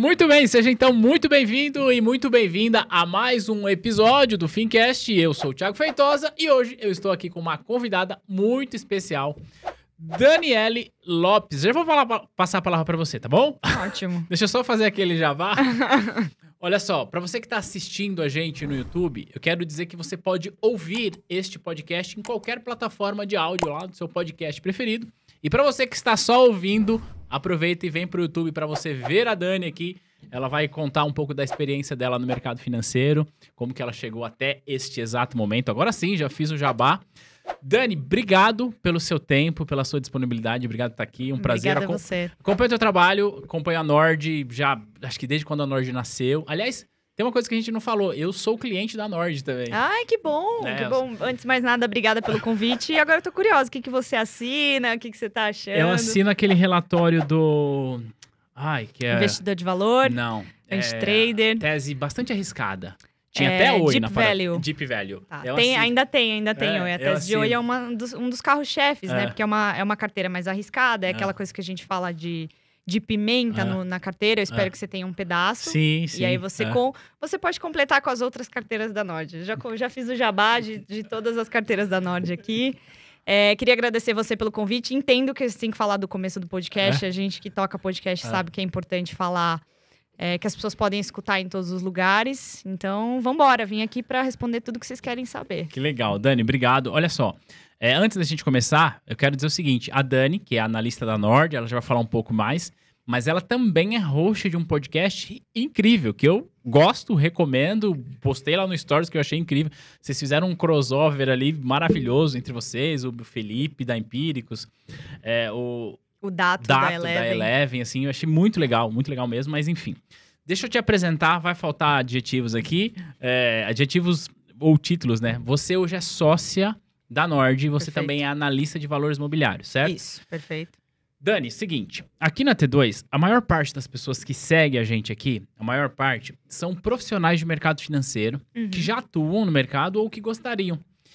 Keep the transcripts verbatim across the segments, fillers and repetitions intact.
Muito bem, seja então muito bem-vindo e muito bem-vinda a mais um episódio do Fincast. Eu sou o Thiago Feitosa e hoje eu estou aqui com uma convidada muito especial, Daniele Lopes. Já vou falar, passar a palavra para você, tá bom? Ótimo. Deixa eu só fazer aquele jabá. Olha só, para você que está assistindo a gente no YouTube, eu quero dizer que você pode ouvir este podcast em qualquer plataforma de áudio lá do seu podcast preferido. E para você que está só ouvindo, aproveita e vem para o YouTube para você ver a Dani aqui. Ela vai contar um pouco da experiência dela no mercado financeiro, como que ela chegou até este exato momento. Agora sim, já fiz o jabá. Dani, obrigado pelo seu tempo, pela sua disponibilidade. Obrigado por estar aqui. Um prazer. Obrigada a você. Acompanho o teu trabalho, acompanho a Nord, já acho que desde quando a Nord nasceu. Aliás, tem uma coisa que a gente não falou. Eu sou cliente da Nord também. Ai, que bom, É, que bom. Antes de mais nada, obrigada pelo convite. E agora eu tô curiosa, o que, que você assina, o que, que você tá achando? Eu assino aquele relatório do... Ai, que é... Investidor de valor? Não. Anti-trader? É... Tese bastante arriscada. Tinha É, até hoje Deep na parada. Value. Deep Value. Tá. Eu Tem, assino. ainda tem, ainda tem. É, a eu tese de hoje assino. é uma dos- um dos carros-chefes, É. né? Porque é uma, é uma carteira mais arriscada, é aquela coisa que a gente fala de, de pimenta É. no- na carteira. Eu espero É. que você tenha um pedaço. Sim, sim. E aí você, é. com, você pode completar com as outras carteiras da Nord. Eu Já, co- já fiz o jabá de, de todas as carteiras da Nord aqui. É, queria agradecer você pelo convite. Entendo que você tem que falar do começo do podcast. É. A gente que toca podcast É. sabe que é importante falar, é, que as pessoas podem escutar em todos os lugares. Então, vambora. Vim aqui para responder tudo que vocês querem saber. Que legal. Dani, obrigado. Olha só, é, antes da gente começar, eu quero dizer o seguinte. A Dani, que é a analista da Nord, ela já vai falar um pouco mais, mas ela também é host de um podcast incrível, que eu gosto, recomendo, postei lá no Stories que eu achei incrível. Vocês fizeram um crossover ali maravilhoso entre vocês, o Felipe da Empíricos, é, o O Dato, Dato da Eleven. Eleven, assim, eu achei muito legal, muito legal mesmo, mas enfim. Deixa eu te apresentar, vai faltar adjetivos aqui, é, adjetivos ou títulos, né? Você hoje é sócia da Nord e você Perfeito. também é analista de valores imobiliários, certo? Isso, perfeito. Dani, seguinte, aqui na T dois, a maior parte das pessoas que seguem a gente aqui, a maior parte, são profissionais de mercado financeiro Uhum. que já atuam no mercado ou que gostariam.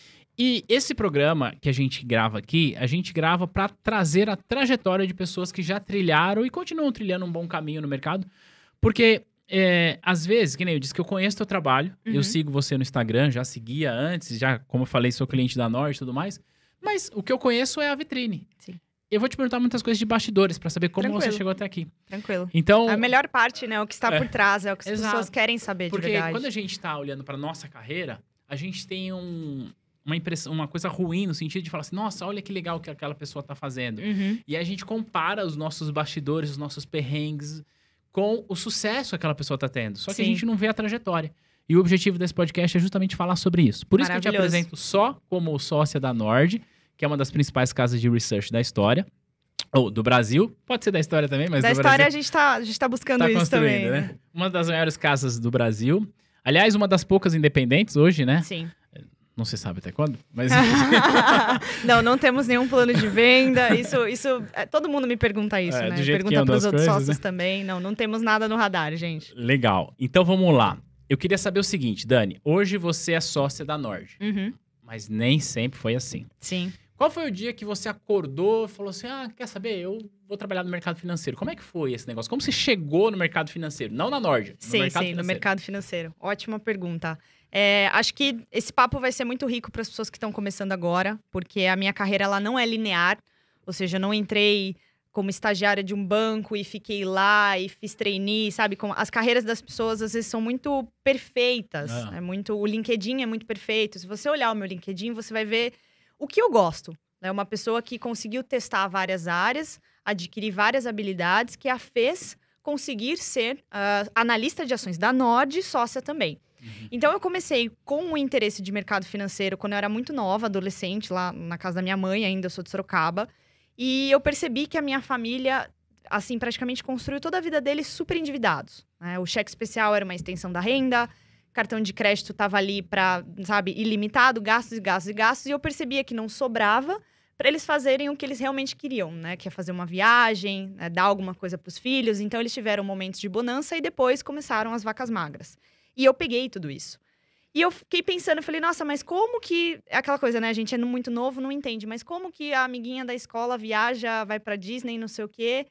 E esse programa que a gente grava aqui, a gente grava para trazer a trajetória de pessoas que já trilharam e continuam trilhando um bom caminho no mercado, porque é, às vezes, que nem eu disse que eu conheço teu trabalho, Uhum. eu sigo você no Instagram, já seguia antes, já, como eu falei, sou cliente da Nord e tudo mais, mas o que eu conheço é a vitrine. Sim. Eu vou te perguntar muitas coisas de bastidores para saber como Tranquilo. você chegou até aqui. Tranquilo. Então, A melhor parte, né? O que está É. por trás, é o que as Exato. pessoas querem saber de porque verdade. quando a gente tá olhando para nossa carreira, a gente tem um, uma impressão, uma coisa ruim no sentido de falar assim, nossa, olha que legal que aquela pessoa tá fazendo. Uhum. E aí a gente compara os nossos bastidores, os nossos perrengues com o sucesso que aquela pessoa tá tendo. Só que a Sim. gente não vê a trajetória. E o objetivo desse podcast é justamente falar sobre isso. Por isso que eu te Maravilhoso. apresento só como sócia da Nord, que é uma das principais casas de research da história. Ou do Brasil. Pode ser da história também, mas Da do história Brasil. a gente tá, a gente tá buscando Tá isso construindo, também. né? Uma das maiores casas do Brasil. Aliás, uma das poucas independentes hoje, né? Sim. Não se sabe até quando, mas... não, não temos nenhum plano de venda. Isso, isso é, todo mundo me pergunta isso, É, né? do jeito que Pergunta andam para os as outros coisas, sócios né? também. Não, não temos nada no radar, gente. Legal. Então, vamos lá. Eu queria saber o seguinte, Dani. Hoje você é sócia da Nord, Uhum. mas nem sempre foi assim. Sim. Qual foi o dia que você acordou e falou assim, ah, quer saber? Eu vou trabalhar no mercado financeiro. Como é que foi esse negócio? Como você chegou no mercado financeiro? Não na Nord, no Sim, mercado sim, financeiro. no mercado financeiro. Ótima pergunta. É, acho que esse papo vai ser muito rico para as pessoas que estão começando agora, porque a minha carreira ela não é linear, ou seja, eu não entrei como estagiária de um banco e fiquei lá e fiz trainee, sabe? Como as carreiras das pessoas às vezes são muito perfeitas. Ah. É muito, o LinkedIn é muito perfeito. Se você olhar o meu LinkedIn, você vai ver o que eu gosto. É uma pessoa que conseguiu testar várias áreas, adquirir várias habilidades, que a fez conseguir ser uh, analista de ações da Nord, sócia também. Uhum. Então, eu comecei com o interesse de mercado financeiro quando eu era muito nova, adolescente, lá na casa da minha mãe, ainda eu sou de Sorocaba. E eu percebi que a minha família, assim, praticamente construiu toda a vida deles super endividados, né? O cheque especial era uma extensão da renda, cartão de crédito estava ali para, sabe, ilimitado, gastos e gastos e gastos. E eu percebia que não sobrava para eles fazerem o que eles realmente queriam, né? Que é fazer uma viagem, né? Dar alguma coisa para os filhos. Então, eles tiveram momentos de bonança e depois começaram as vacas magras. E eu peguei tudo isso. E eu fiquei pensando, eu falei, nossa, mas como que... É aquela coisa, né? A gente é muito novo, não entende. Mas como que a amiguinha da escola viaja, vai pra Disney, não sei o quê...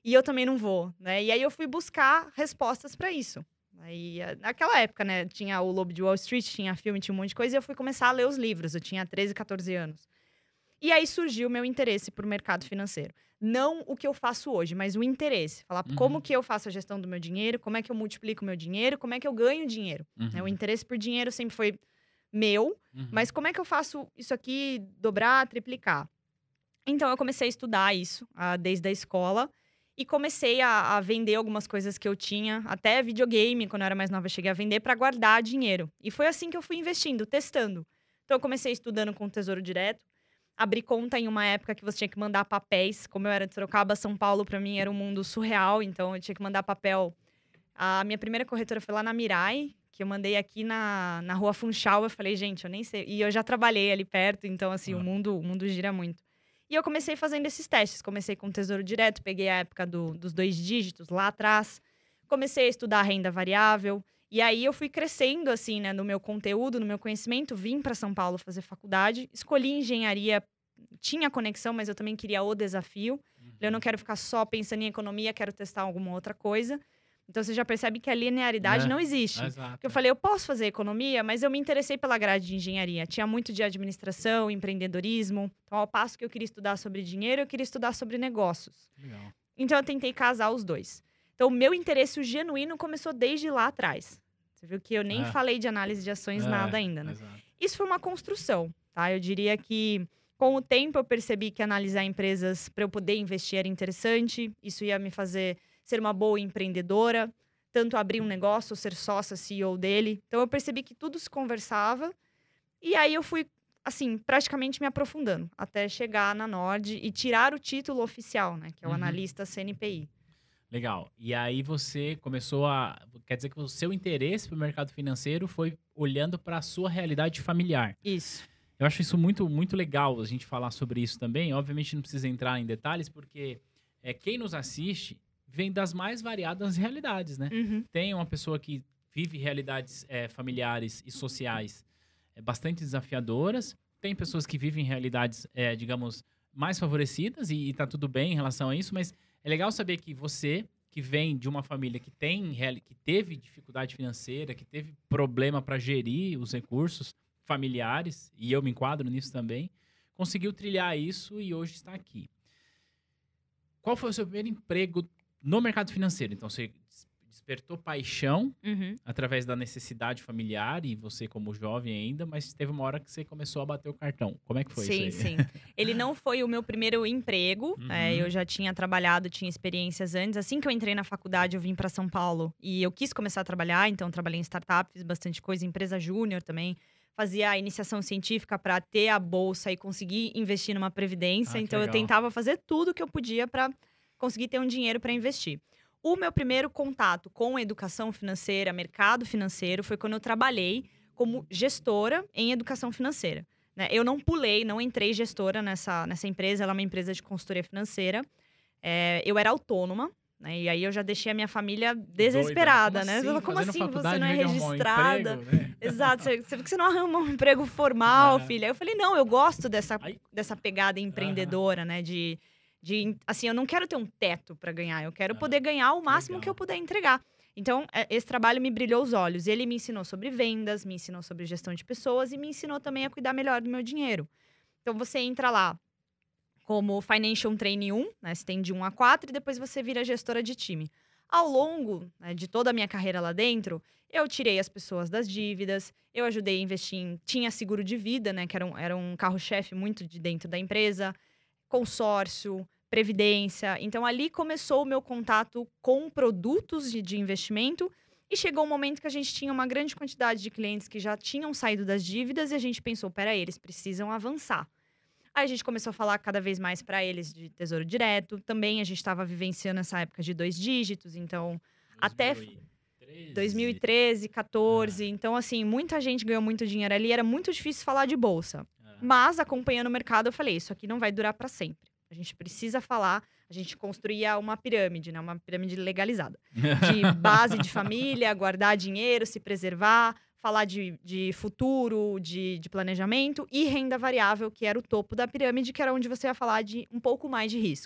E eu também não vou, né? E aí eu fui buscar respostas para isso. Aí, naquela época, né, tinha o Lobo de Wall Street, tinha filme, tinha um monte de coisa, e eu fui começar a ler os livros. Eu tinha treze, quatorze anos. E aí surgiu o meu interesse por mercado financeiro. Não o que eu faço hoje, mas o interesse. Falar Uhum. como que eu faço a gestão do meu dinheiro, como é que eu multiplico o meu dinheiro, como é que eu ganho dinheiro. Uhum. Né? O interesse por dinheiro sempre foi meu, Uhum. mas como é que eu faço isso aqui dobrar, triplicar? Então, eu comecei a estudar isso ah, desde a escola. E comecei a, a vender algumas coisas que eu tinha. Até videogame, quando eu era mais nova, eu cheguei a vender para guardar dinheiro. E foi assim que eu fui investindo, testando. Então, eu comecei estudando com o Tesouro Direto. Abri conta em uma época que você tinha que mandar papéis. Como eu era de Sorocaba, São Paulo, para mim, era um mundo surreal. Então, eu tinha que mandar papel. A minha primeira corretora foi lá na Mirai, que eu mandei aqui na, na Rua Funchal. Eu falei, gente, eu nem sei. E eu já trabalhei ali perto, então, assim, ah. o, mundo, o mundo gira muito. E eu comecei fazendo esses testes. Comecei com o Tesouro Direto, peguei a época do, dos dois dígitos lá atrás. Comecei a estudar renda variável. E aí eu fui crescendo, assim, né, no meu conteúdo, no meu conhecimento. Vim para São Paulo fazer faculdade. Escolhi engenharia, tinha conexão, mas eu também queria o desafio. Uhum. Eu não quero ficar só pensando em economia, quero testar alguma outra coisa. Então, você já percebe que a linearidade é, não existe. Exato. Porque eu falei, eu posso fazer economia, mas eu me interessei pela grade de engenharia. Tinha muito de administração, empreendedorismo. Então, ao passo que eu queria estudar sobre dinheiro, eu queria estudar sobre negócios. Legal. Então, eu tentei casar os dois. Então, o meu interesse genuíno começou desde lá atrás. Você viu que eu nem é. falei de análise de ações, é, nada ainda, né? Exato. Isso foi uma construção, tá? Eu diria que, com o tempo, eu percebi que analisar empresas para eu poder investir era interessante. Isso ia me fazer ser uma boa empreendedora, tanto abrir um negócio, ser sócia, C E O dele. Então, eu percebi que tudo se conversava. E aí, eu fui, assim, praticamente me aprofundando, até chegar na Nord e tirar o título oficial, né? Que é o uhum. analista C N P I. Legal. E aí, você começou a... Quer dizer que o seu interesse pelo mercado financeiro foi olhando para a sua realidade familiar. Isso. Eu acho isso muito, muito legal a gente falar sobre isso também. Obviamente, não precisa entrar em detalhes, porque é, quem nos assiste vem das mais variadas realidades, né? Uhum. Tem uma pessoa que vive realidades é, familiares e sociais é, bastante desafiadoras. Tem pessoas que vivem realidades, é, digamos, mais favorecidas e, e tá tudo bem em relação a isso. Mas é legal saber que você, que vem de uma família que, tem, que teve dificuldade financeira, que teve problema para gerir os recursos familiares, e eu me enquadro nisso também, conseguiu trilhar isso e hoje está aqui. Qual foi o seu primeiro emprego no mercado financeiro? Então, você despertou paixão uhum. através da necessidade familiar e você como jovem ainda, mas teve uma hora que você começou a bater o cartão. Como é que foi sim, isso aí? Sim, sim. Ele não foi o meu primeiro emprego. Uhum. É, eu já tinha trabalhado, tinha experiências antes. Assim que eu entrei na faculdade, eu vim para São Paulo e eu quis começar a trabalhar. Então, trabalhei em startup, fiz bastante coisa, empresa júnior também. Fazia a iniciação científica para ter a bolsa e conseguir investir numa previdência. Ah, então, legal. eu tentava fazer tudo que eu podia para conseguir ter um dinheiro para investir. O meu primeiro contato com educação financeira, mercado financeiro, foi quando eu trabalhei como gestora em educação financeira. Né? Eu não pulei, não entrei gestora nessa, nessa empresa, ela é uma empresa de consultoria financeira. É, eu era autônoma, né? E aí eu já deixei a minha família desesperada, Doida, né? né? Como assim, Como assim você não é registrada? Um emprego, né? Exato, você, você, você não arruma um emprego formal, ah. filha. Aí eu falei, não, eu gosto dessa, dessa pegada empreendedora, ah. né? De... De, assim, eu não quero ter um teto para ganhar, eu quero ah, poder ganhar o máximo que, que eu puder entregar. Então, esse trabalho me brilhou os olhos. Ele me ensinou sobre vendas, me ensinou sobre gestão de pessoas e me ensinou também a cuidar melhor do meu dinheiro. Então, você entra lá como Financial Trainee um, né? Você tem de um a quatro e depois você vira gestora de time. Ao longo, né, de toda a minha carreira lá dentro, eu tirei as pessoas das dívidas, eu ajudei a investir em... Tinha seguro de vida, né? Que era um, era um carro-chefe muito de dentro da empresa. Consórcio, previdência. Então, ali começou o meu contato com produtos de, de investimento e chegou um momento que a gente tinha uma grande quantidade de clientes que já tinham saído das dívidas e a gente pensou, peraí, eles precisam avançar. Aí a gente começou a falar cada vez mais para eles de Tesouro Direto. Também a gente estava vivenciando essa época de dois dígitos, então até dois mil e treze, quatorze. Ah. Então, assim, muita gente ganhou muito dinheiro ali, era muito difícil falar de bolsa. Ah. Mas, acompanhando o mercado, eu falei, isso aqui não vai durar para sempre. A gente precisa falar, a gente construía uma pirâmide, né? Uma pirâmide legalizada. De base de família, guardar dinheiro, se preservar, falar de, de futuro, de, de planejamento e renda variável, que era o topo da pirâmide, que era onde você ia falar de um pouco mais de risco. Legal.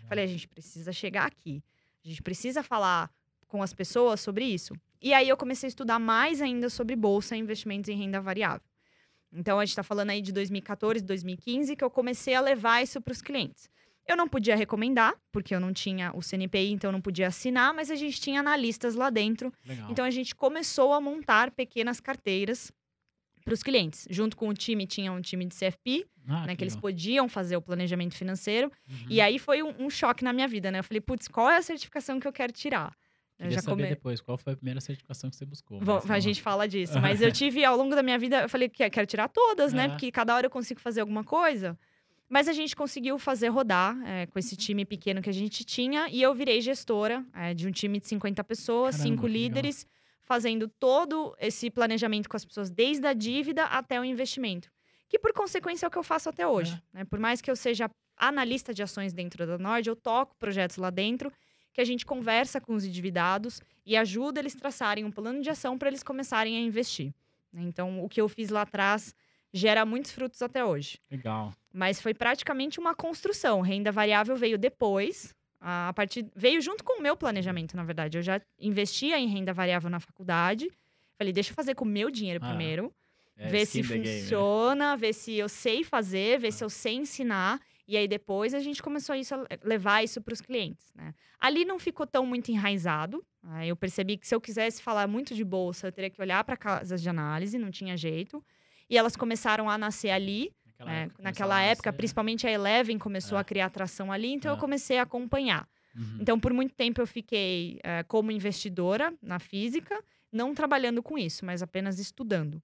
Falei, a gente precisa chegar aqui. A gente precisa falar com as pessoas sobre isso. E aí eu comecei a estudar mais ainda sobre bolsa e investimentos em renda variável. Então a gente está falando aí de dois mil e quatorze, dois mil e quinze, que eu comecei a levar isso para os clientes. Eu não podia recomendar, porque eu não tinha o C N P I, então eu não podia assinar, mas a gente tinha analistas lá dentro. Legal. Então a gente começou a montar pequenas carteiras para os clientes. Junto com o time, tinha um time de C F P, Ah, né, que que eles legal. podiam fazer o planejamento financeiro. Uhum. E aí foi um, um choque na minha vida, né? Eu falei, putz, qual é a certificação que eu quero tirar? Eu Queria já saber come... depois, qual foi a primeira certificação que você buscou? Vou- mas a vamos gente lá. fala disso. Mas eu tive, ao longo da minha vida, eu falei que quero tirar todas, né? É. Porque cada hora eu consigo fazer alguma coisa. Mas a gente conseguiu fazer rodar é, com esse time pequeno que a gente tinha. E eu virei gestora é, de um time de cinquenta pessoas, Caramba, cinco que legal. líderes, fazendo todo esse planejamento com as pessoas, desde a dívida até o investimento. Que, por consequência, é o que eu faço até hoje. Né? Por mais que eu seja analista de ações dentro da Nord, eu toco projetos lá dentro, que a gente conversa com os endividados e ajuda eles a traçarem um plano de ação para eles começarem a investir. Né? Então, o que eu fiz lá atrás gera muitos frutos até hoje. Legal. Mas foi praticamente uma construção. Renda variável veio depois, a partir veio junto com o meu planejamento, na verdade. Eu já investia em renda variável na faculdade. Falei, deixa eu fazer com o meu dinheiro Ah, primeiro, é ver skin se the game, né? funciona, ver se eu sei fazer, ver Ah. se eu sei ensinar. E aí depois a gente começou isso a levar isso para os clientes, né? Ali não ficou tão muito enraizado. Aí eu percebi que se eu quisesse falar muito de bolsa, eu teria que olhar para casas de análise, não tinha jeito. E elas começaram a nascer ali. Naquela É, época, naquela começava a época, nascer, principalmente a Eleven começou É. a criar atração ali, então É. eu comecei a acompanhar. Uhum. Então, por muito tempo eu fiquei é, como investidora na física, não trabalhando com isso, mas apenas estudando.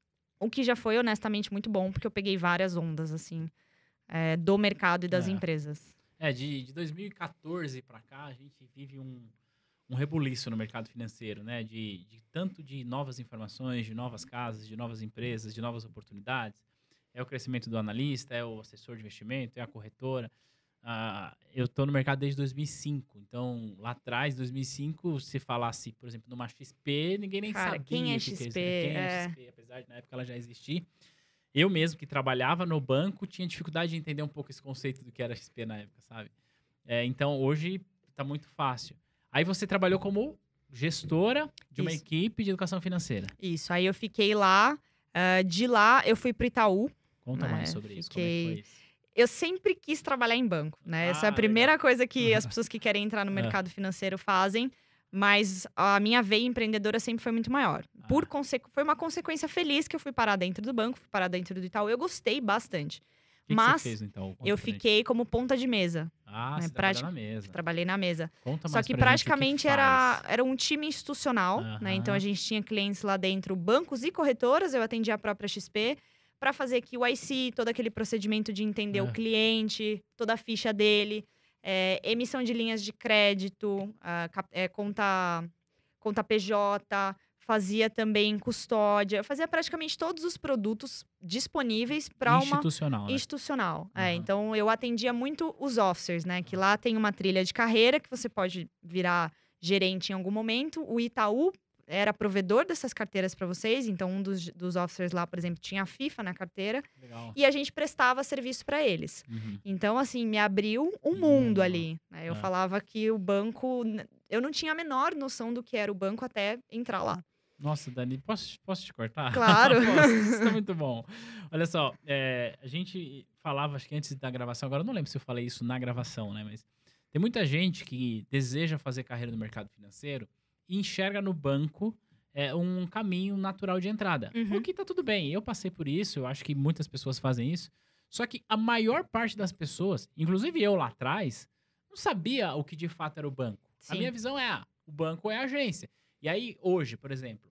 O que já foi, honestamente, muito bom, porque eu peguei várias ondas, assim, é, do mercado e das É. empresas. É, de, de dois mil e quatorze para cá, a gente vive um, um rebuliço no mercado financeiro, né? De, de tanto de novas informações, de novas casas, de novas empresas, de novas oportunidades. É o crescimento do analista, é o assessor de investimento, é a corretora. Ah, eu estou no mercado desde dois mil e cinco, então lá atrás, dois mil e cinco, se falasse, por exemplo, numa X P, ninguém nem Cara, sabia quem é o que que X P? isso. Quem é É. X P, apesar de na época ela já existir. Eu mesmo, que trabalhava no banco, tinha dificuldade de entender um pouco esse conceito do que era X P na época, sabe? É, então, hoje tá muito fácil. Aí você trabalhou como gestora de uma Isso. equipe de educação financeira. Isso, aí eu fiquei lá. ah, de lá, eu fui pro Itaú. Conta É, mais sobre isso, como é que foi fiquei- isso? Eu sempre quis trabalhar em banco, né? Essa é Ah, a primeira legal. coisa que as pessoas que querem entrar no Ah. mercado financeiro fazem. Mas a minha veia empreendedora sempre foi muito maior. Por Ah. conse... Foi uma consequência feliz que eu fui parar dentro do banco, fui parar dentro do Itaú. Eu gostei bastante. O que, Mas que você fez, então? Conta eu pra gente. fiquei como ponta de mesa. Ah, né, você prática- trabalhou na mesa. Trabalhei na mesa. Conta Só mais que pra gente o praticamente era, faz. era um time institucional, né? Então a Aham. gente tinha clientes lá dentro, bancos e corretoras. Eu atendia a própria X P para fazer aqui o I C, todo aquele procedimento de entender Ah. o cliente, toda a ficha dele, é, emissão de linhas de crédito, a cap- é, conta, conta P J, fazia também custódia. Eu fazia praticamente todos os produtos disponíveis para uma Institucional, né? institucional. É, Aham. então eu atendia muito os officers, né? Que lá tem uma trilha de carreira que você pode virar gerente em algum momento. O Itaú era provedor dessas carteiras para vocês, então um dos, dos officers lá, por exemplo, tinha a FIFA na carteira Legal. e a gente prestava serviço para eles. Uhum. Então, assim, me abriu um Um mundo mundo, ali. Né? Eu é. falava que o banco. Eu não tinha a menor noção do que era o banco até entrar lá. Nossa, Dani, posso, posso te cortar? Claro. Posso, isso tá muito bom. Olha só, é, a gente falava, acho que antes da gravação, agora eu não lembro se eu falei isso na gravação, né? Mas tem muita gente que deseja fazer carreira no mercado financeiro e enxerga no banco é, um caminho natural de entrada. Uhum. O que tá tudo bem, eu passei por isso, eu acho que muitas pessoas fazem isso. Só que a maior parte das pessoas, inclusive eu lá atrás, não sabia o que de fato era o banco. A Sim. minha visão é, ah, o banco é a agência. E aí, hoje, por exemplo,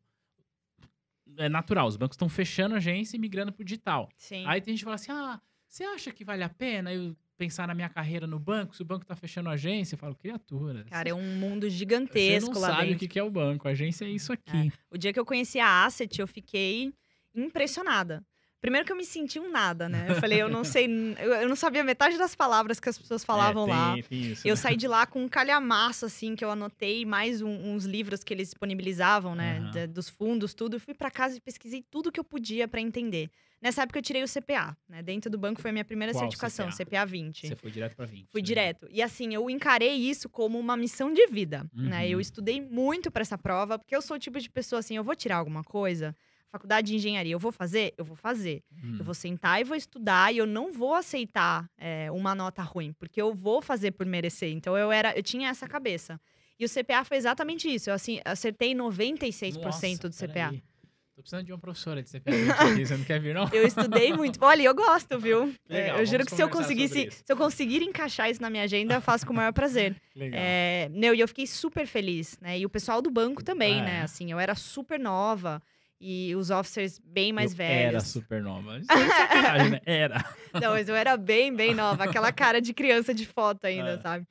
é natural, os bancos estão fechando a agência e migrando pro digital. Sim. Aí tem gente que fala assim, ah, você acha que vale a pena eu pensar na minha carreira no banco, se o banco tá fechando a agência? Eu falo, criatura, Cara, é um mundo você gigantesco não lá sabe dentro. o que que é o banco, a agência é isso aqui. O dia que eu conheci a Asset, eu fiquei impressionada. Primeiro que eu me senti um nada, né? Eu falei, eu não sei... Eu, eu não sabia metade das palavras que as pessoas falavam é, tem, lá. Tem isso, eu né? saí de lá com um calhamaço, assim, que eu anotei. Mais um, uns livros que eles disponibilizavam, né? Uhum. De, dos fundos, tudo. Eu fui pra casa e pesquisei tudo que eu podia pra entender. Nessa época eu tirei o C P A, né? Dentro do banco foi a minha primeira Qual certificação, C P A vinte. Você foi direto pra vinte. Fui né? direto. E assim, eu encarei isso como uma missão de vida, Uhum. né? Eu estudei muito pra essa prova, porque eu sou o tipo de pessoa assim, eu vou tirar alguma coisa, faculdade de engenharia, eu vou fazer? Eu vou fazer. Hum. Eu vou sentar e vou estudar e eu não vou aceitar é, uma nota ruim, porque eu vou fazer por merecer. Então eu era, eu tinha essa cabeça. E o C P A foi exatamente isso. Eu assim, acertei noventa e seis por cento Nossa, do C P A. Aí. Tô precisando de uma professora de C P A vinte aqui, você não quer vir, não? Eu estudei muito. Olha, eu gosto, viu? Legal, É, eu juro vamos que se eu conversar conseguisse, sobre isso. se eu conseguir encaixar isso na minha agenda, eu faço com o maior prazer. Legal. É, meu, e eu fiquei super feliz, né? E o pessoal do banco também, Ah, né? é? Assim, eu era super nova e os officers bem mais eu velhos. Era super nova. Isso é sacanagem, né? Era. Não, mas eu era bem, bem nova. Aquela cara de criança de foto ainda, É. sabe?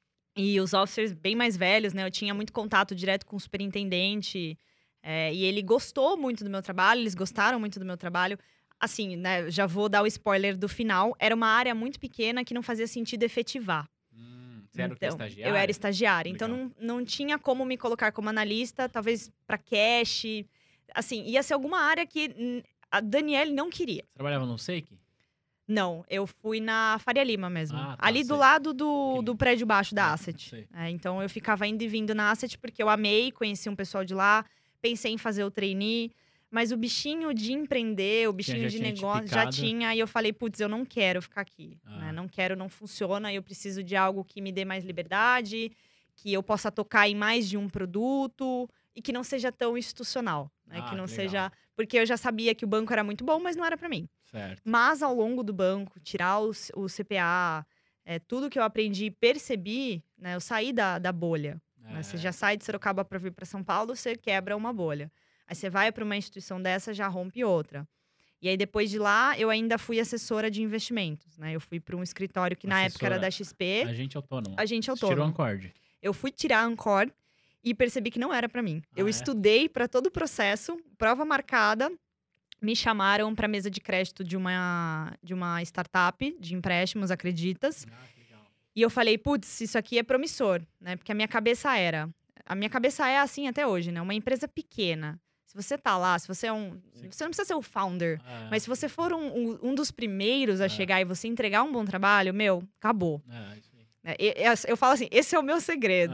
E os officers bem mais velhos, né? Eu tinha muito contato direto com o superintendente. É, e ele gostou muito do meu trabalho, eles gostaram muito do meu trabalho. Assim, né? Já vou dar o spoiler do final. Era uma área muito pequena que não fazia sentido efetivar. Hum, você era o que, Então, estagiário? eu era estagiária. Então, Legal. não, não tinha como me colocar como analista, talvez para cash. Assim, ia ser alguma área que hum, a Daniele não queria. Você trabalhava no Seik? Não, eu fui na Faria Lima mesmo. Ah, tá, ali do sei. lado do, Pequenininho. do prédio baixo da Ah, Asset. sei. É, então, eu ficava indo e vindo na Asset porque eu amei, conheci um pessoal de lá, pensei em fazer o trainee. Mas o bichinho de empreender, o bichinho já de tinha te negócio, já picado? tinha. E eu falei, putz, eu não quero ficar aqui. Ah. Né? Não quero, não funciona. Eu preciso de algo que me dê mais liberdade, que eu possa tocar em mais de um produto e que não seja tão institucional. Né? Ah, que não que seja... legal. Porque eu já sabia que o banco era muito bom, mas não era pra mim. Certo. Mas ao longo do banco, tirar o, o C P A, é, tudo que eu aprendi e percebi, né? Eu saí da, da bolha. É. Né? Você já sai de Sorocaba para vir para São Paulo, você quebra uma bolha. Aí você vai para uma instituição dessa, já rompe outra. E aí, depois de lá, eu ainda fui assessora de investimentos, né? Eu fui para um escritório que, na época, era da X P. Agente autônomo. Agente Você tirou autônomo. Ancord. Eu fui tirar a Ancor e percebi que não era para mim. Ah, eu é? estudei para todo o processo, prova marcada. Me chamaram para a mesa de crédito de uma, de uma startup de empréstimos, acreditas. Ah, que legal. E eu falei, putz, isso aqui é promissor, né? Porque a minha cabeça era... A minha cabeça é assim até hoje, né? Uma empresa pequena. Se você tá lá, se você é um... Sim. Você não precisa ser o founder. Ah, Mas se você for um, um, um dos primeiros a É. chegar e você entregar um bom trabalho, meu, acabou. ah, isso aí. Né? E- e- Eu falo assim, esse é o meu segredo.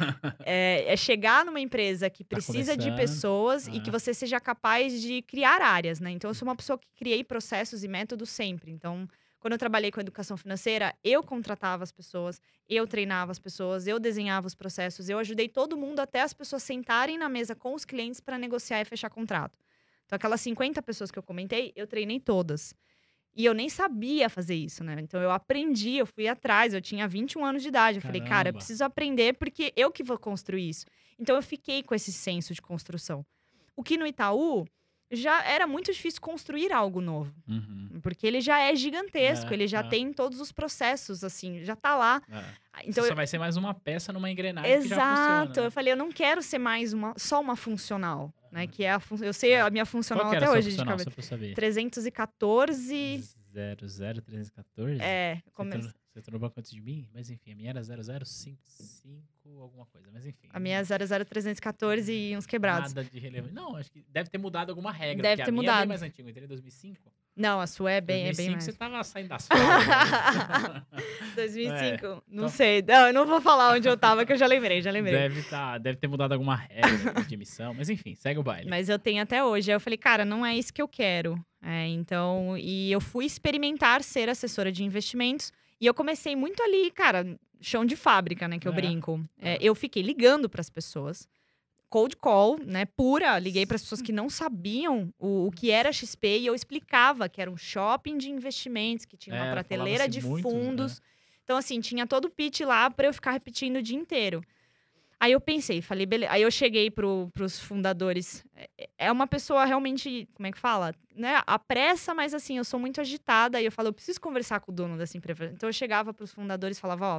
É, é chegar numa empresa que Tá precisa de começando. pessoas e Ah. que você seja capaz de criar áreas, né? Então, eu sou uma pessoa que criei processos e métodos sempre. Então, quando eu trabalhei com educação financeira, eu contratava as pessoas, eu treinava as pessoas, eu desenhava os processos, eu ajudei todo mundo até as pessoas sentarem na mesa com os clientes para negociar e fechar contrato. Então, aquelas cinquenta pessoas que eu comentei, eu treinei todas. E eu nem sabia fazer isso, né? Então, eu aprendi, eu fui atrás, eu tinha vinte e um anos de idade. Eu falei, cara, eu Caramba. preciso aprender porque eu que vou construir isso. Então, eu fiquei com esse senso de construção. O que no Itaú já era muito difícil construir algo novo. Uhum. Porque ele já é gigantesco, É, ele já é. tem todos os processos, assim, já tá lá. É. Então, Você eu- só vai ser mais uma peça numa engrenagem que já Exato. funciona. Eu falei, eu não quero ser mais uma, só uma funcional, né? Que é a fun... Eu sei a minha funcional Qual que era até a sua hoje de funcional, cabeça. só pra eu saber? trezentos e quatorze. zero zero trezentos e quatorze? É, Você come... entrou, você entrou no banco antes de mim? Mas enfim, a minha era zero zero cinco cinco alguma coisa. Mas enfim. a minha é zero zero trezentos e quatorze e uns quebrados. Nada de relevante. Não, acho que deve ter mudado alguma regra. Deve porque ter a minha é mudado. bem mais antiga. Eu entrei em dois mil e cinco. Não, a sua é bem, é dois mil e bem cinco mais. você tava saindo das fraldas. dois mil e cinco, não então- sei. Não, eu não vou falar onde eu tava, que eu já lembrei, já lembrei. deve, tá, deve ter mudado alguma regra de emissão. Mas enfim, segue o baile. Mas eu tenho até hoje. Aí eu falei, cara, não é isso que eu quero. É, então, e eu fui experimentar ser assessora de investimentos. E eu comecei muito ali, cara, chão de fábrica, né, que eu É, brinco. É, é. eu fiquei ligando para as pessoas. Cold call, né, pura. Liguei para as pessoas que não sabiam o, o que era X P e eu explicava que era um shopping de investimentos, que tinha uma É, prateleira falava-se de muito, fundos. Então, assim, tinha todo o pitch lá para eu ficar repetindo o dia inteiro. Aí eu pensei, falei, beleza. Aí eu cheguei pro, pros fundadores. É- É uma pessoa realmente, como é que fala? Né? A pressa, mas assim, eu sou muito agitada. Aí eu falo, eu preciso conversar com o dono dessa empresa. Então eu chegava pros fundadores e falava, ó,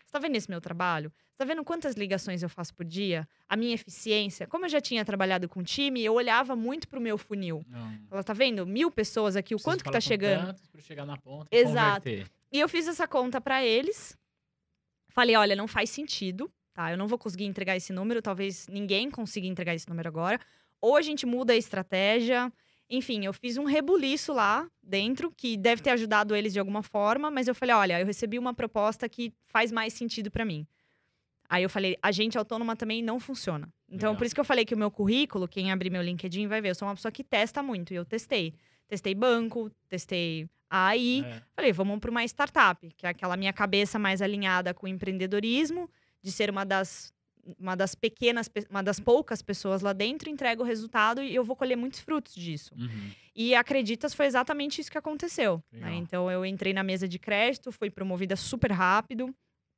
Você tá vendo esse meu trabalho? Você tá vendo quantas ligações eu faço por dia? A minha eficiência? Como eu já tinha trabalhado com time, eu olhava muito pro meu funil. Não. Ela tá vendo? Mil pessoas aqui, o Preciso quanto que falar tá com chegando? tantos pra chegar na ponta e Exato. converter. E eu fiz essa conta pra eles. Falei, olha, não faz sentido, tá? Eu não vou conseguir entregar esse número, talvez ninguém consiga entregar esse número agora. Ou a gente muda a estratégia. Enfim, eu fiz um rebuliço lá dentro, que deve ter ajudado eles de alguma forma, mas eu falei, olha, eu recebi uma proposta que faz mais sentido pra mim. Aí eu falei, agente autônoma também não funciona. Então, Legal. por isso que eu falei que o meu currículo, quem abrir meu LinkedIn vai ver, eu sou uma pessoa que testa muito, e eu testei. Testei banco, testei A I. É. Falei, vamos para uma startup, que é aquela minha cabeça mais alinhada com o empreendedorismo, de ser uma das, uma das pequenas, uma das poucas pessoas lá dentro, entrega o resultado e eu vou colher muitos frutos disso. Uhum. E Acreditas foi exatamente isso que aconteceu. Né? Legal. Então, eu entrei na mesa de crédito, fui promovida super rápido.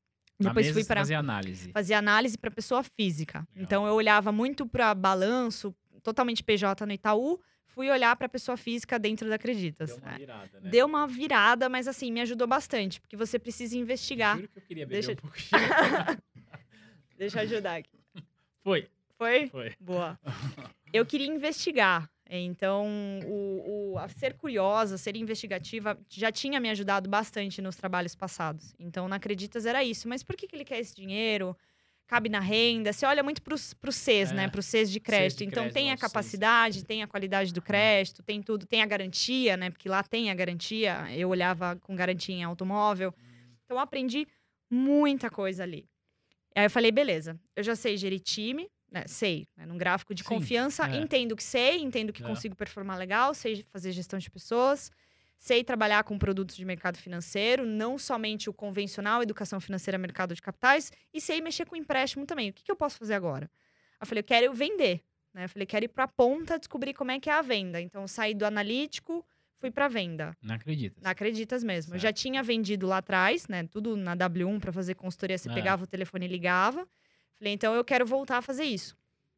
Na Depois mesa fui você para fazer análise. fazer análise para pessoa física. Legal. Então, eu olhava muito para balanço, totalmente P J no Itaú, fui olhar para pessoa física dentro da Acreditas. Deu uma É. virada, né? Deu uma virada, mas assim, me ajudou bastante, porque você precisa investigar. Juro que eu queria beber Deixa- um pouquinho. Deixa eu ajudar aqui. Foi, Foi? foi. Boa. Eu queria investigar. Então, o, o- a ser curiosa, ser investigativa, já tinha me ajudado bastante nos trabalhos passados. Então, na Acreditas era isso. Mas por que, que ele quer esse dinheiro? Cabe na renda? Você olha muito para os Cs, É. né? Para os Cs de crédito. de Então, crédito, tem a aos Cs. capacidade, tem a qualidade do crédito, tem tudo. Tem a garantia, né? Porque lá tem a garantia. Eu olhava com garantia em automóvel. Então, eu aprendi muita coisa ali. Aí eu falei, beleza, eu já sei gerir time, né? Sei, né? Num gráfico de Sim, confiança, é. entendo que sei, entendo que É. consigo performar legal, sei fazer gestão de pessoas, sei trabalhar com produtos de mercado financeiro, não somente o convencional, educação financeira, mercado de capitais, e sei mexer com empréstimo também. O que, que eu posso fazer agora? Eu falei, eu quero vender, né? Eu falei, quero ir para a ponta, descobrir como é que é a venda. Então, eu saí do analítico, fui para venda. Não acredita. Na Acreditas mesmo. Eu Certo. já tinha vendido lá atrás, né? Tudo na W um para fazer consultoria. Você É. pegava o telefone e ligava. Falei, então eu quero voltar a fazer isso.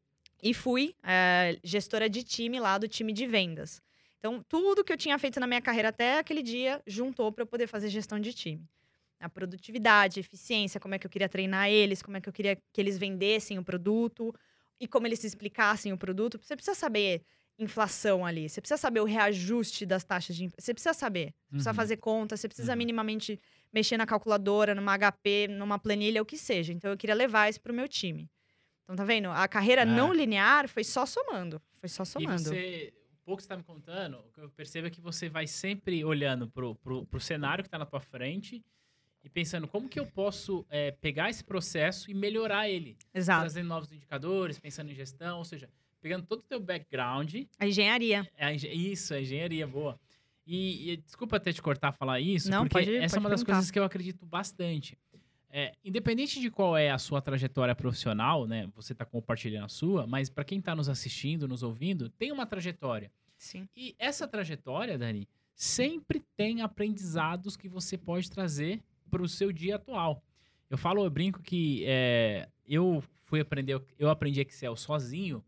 E fui eh, gestora de time lá do time de vendas. Então, tudo que eu tinha feito na minha carreira até aquele dia juntou para eu poder fazer gestão de time. A produtividade, a eficiência, como é que eu queria treinar eles, como é que eu queria que eles vendessem o produto e como eles explicassem o produto. Você precisa saber inflação ali, você precisa saber o reajuste das taxas de... Você precisa saber, você precisa Uhum. fazer conta, você precisa Uhum. minimamente mexer na calculadora, numa H P, numa planilha, o que seja. Então, eu queria levar isso pro meu time. Então, tá vendo? A carreira É. não linear foi só somando. Foi só E somando. você, o pouco que você tá me contando, o que eu percebo é que você vai sempre olhando pro, pro, pro cenário que tá na tua frente e pensando como que eu posso é, pegar esse processo e melhorar ele. Exato. Trazendo novos indicadores, pensando em gestão, ou seja, pegando todo o teu background. A engenharia. É a engen- isso, a engenharia, boa. E, e desculpa até te cortar falar isso, Não, porque pode- essa é pode uma das perguntar. coisas que eu acredito bastante. É, independente de qual é a sua trajetória profissional, né? Você está compartilhando a sua, mas para quem está nos assistindo, nos ouvindo, tem uma trajetória. Sim. E essa trajetória, Dani, sempre tem aprendizados que você pode trazer para o seu dia atual. Eu falo, eu brinco que é, eu fui aprender, eu aprendi Excel sozinho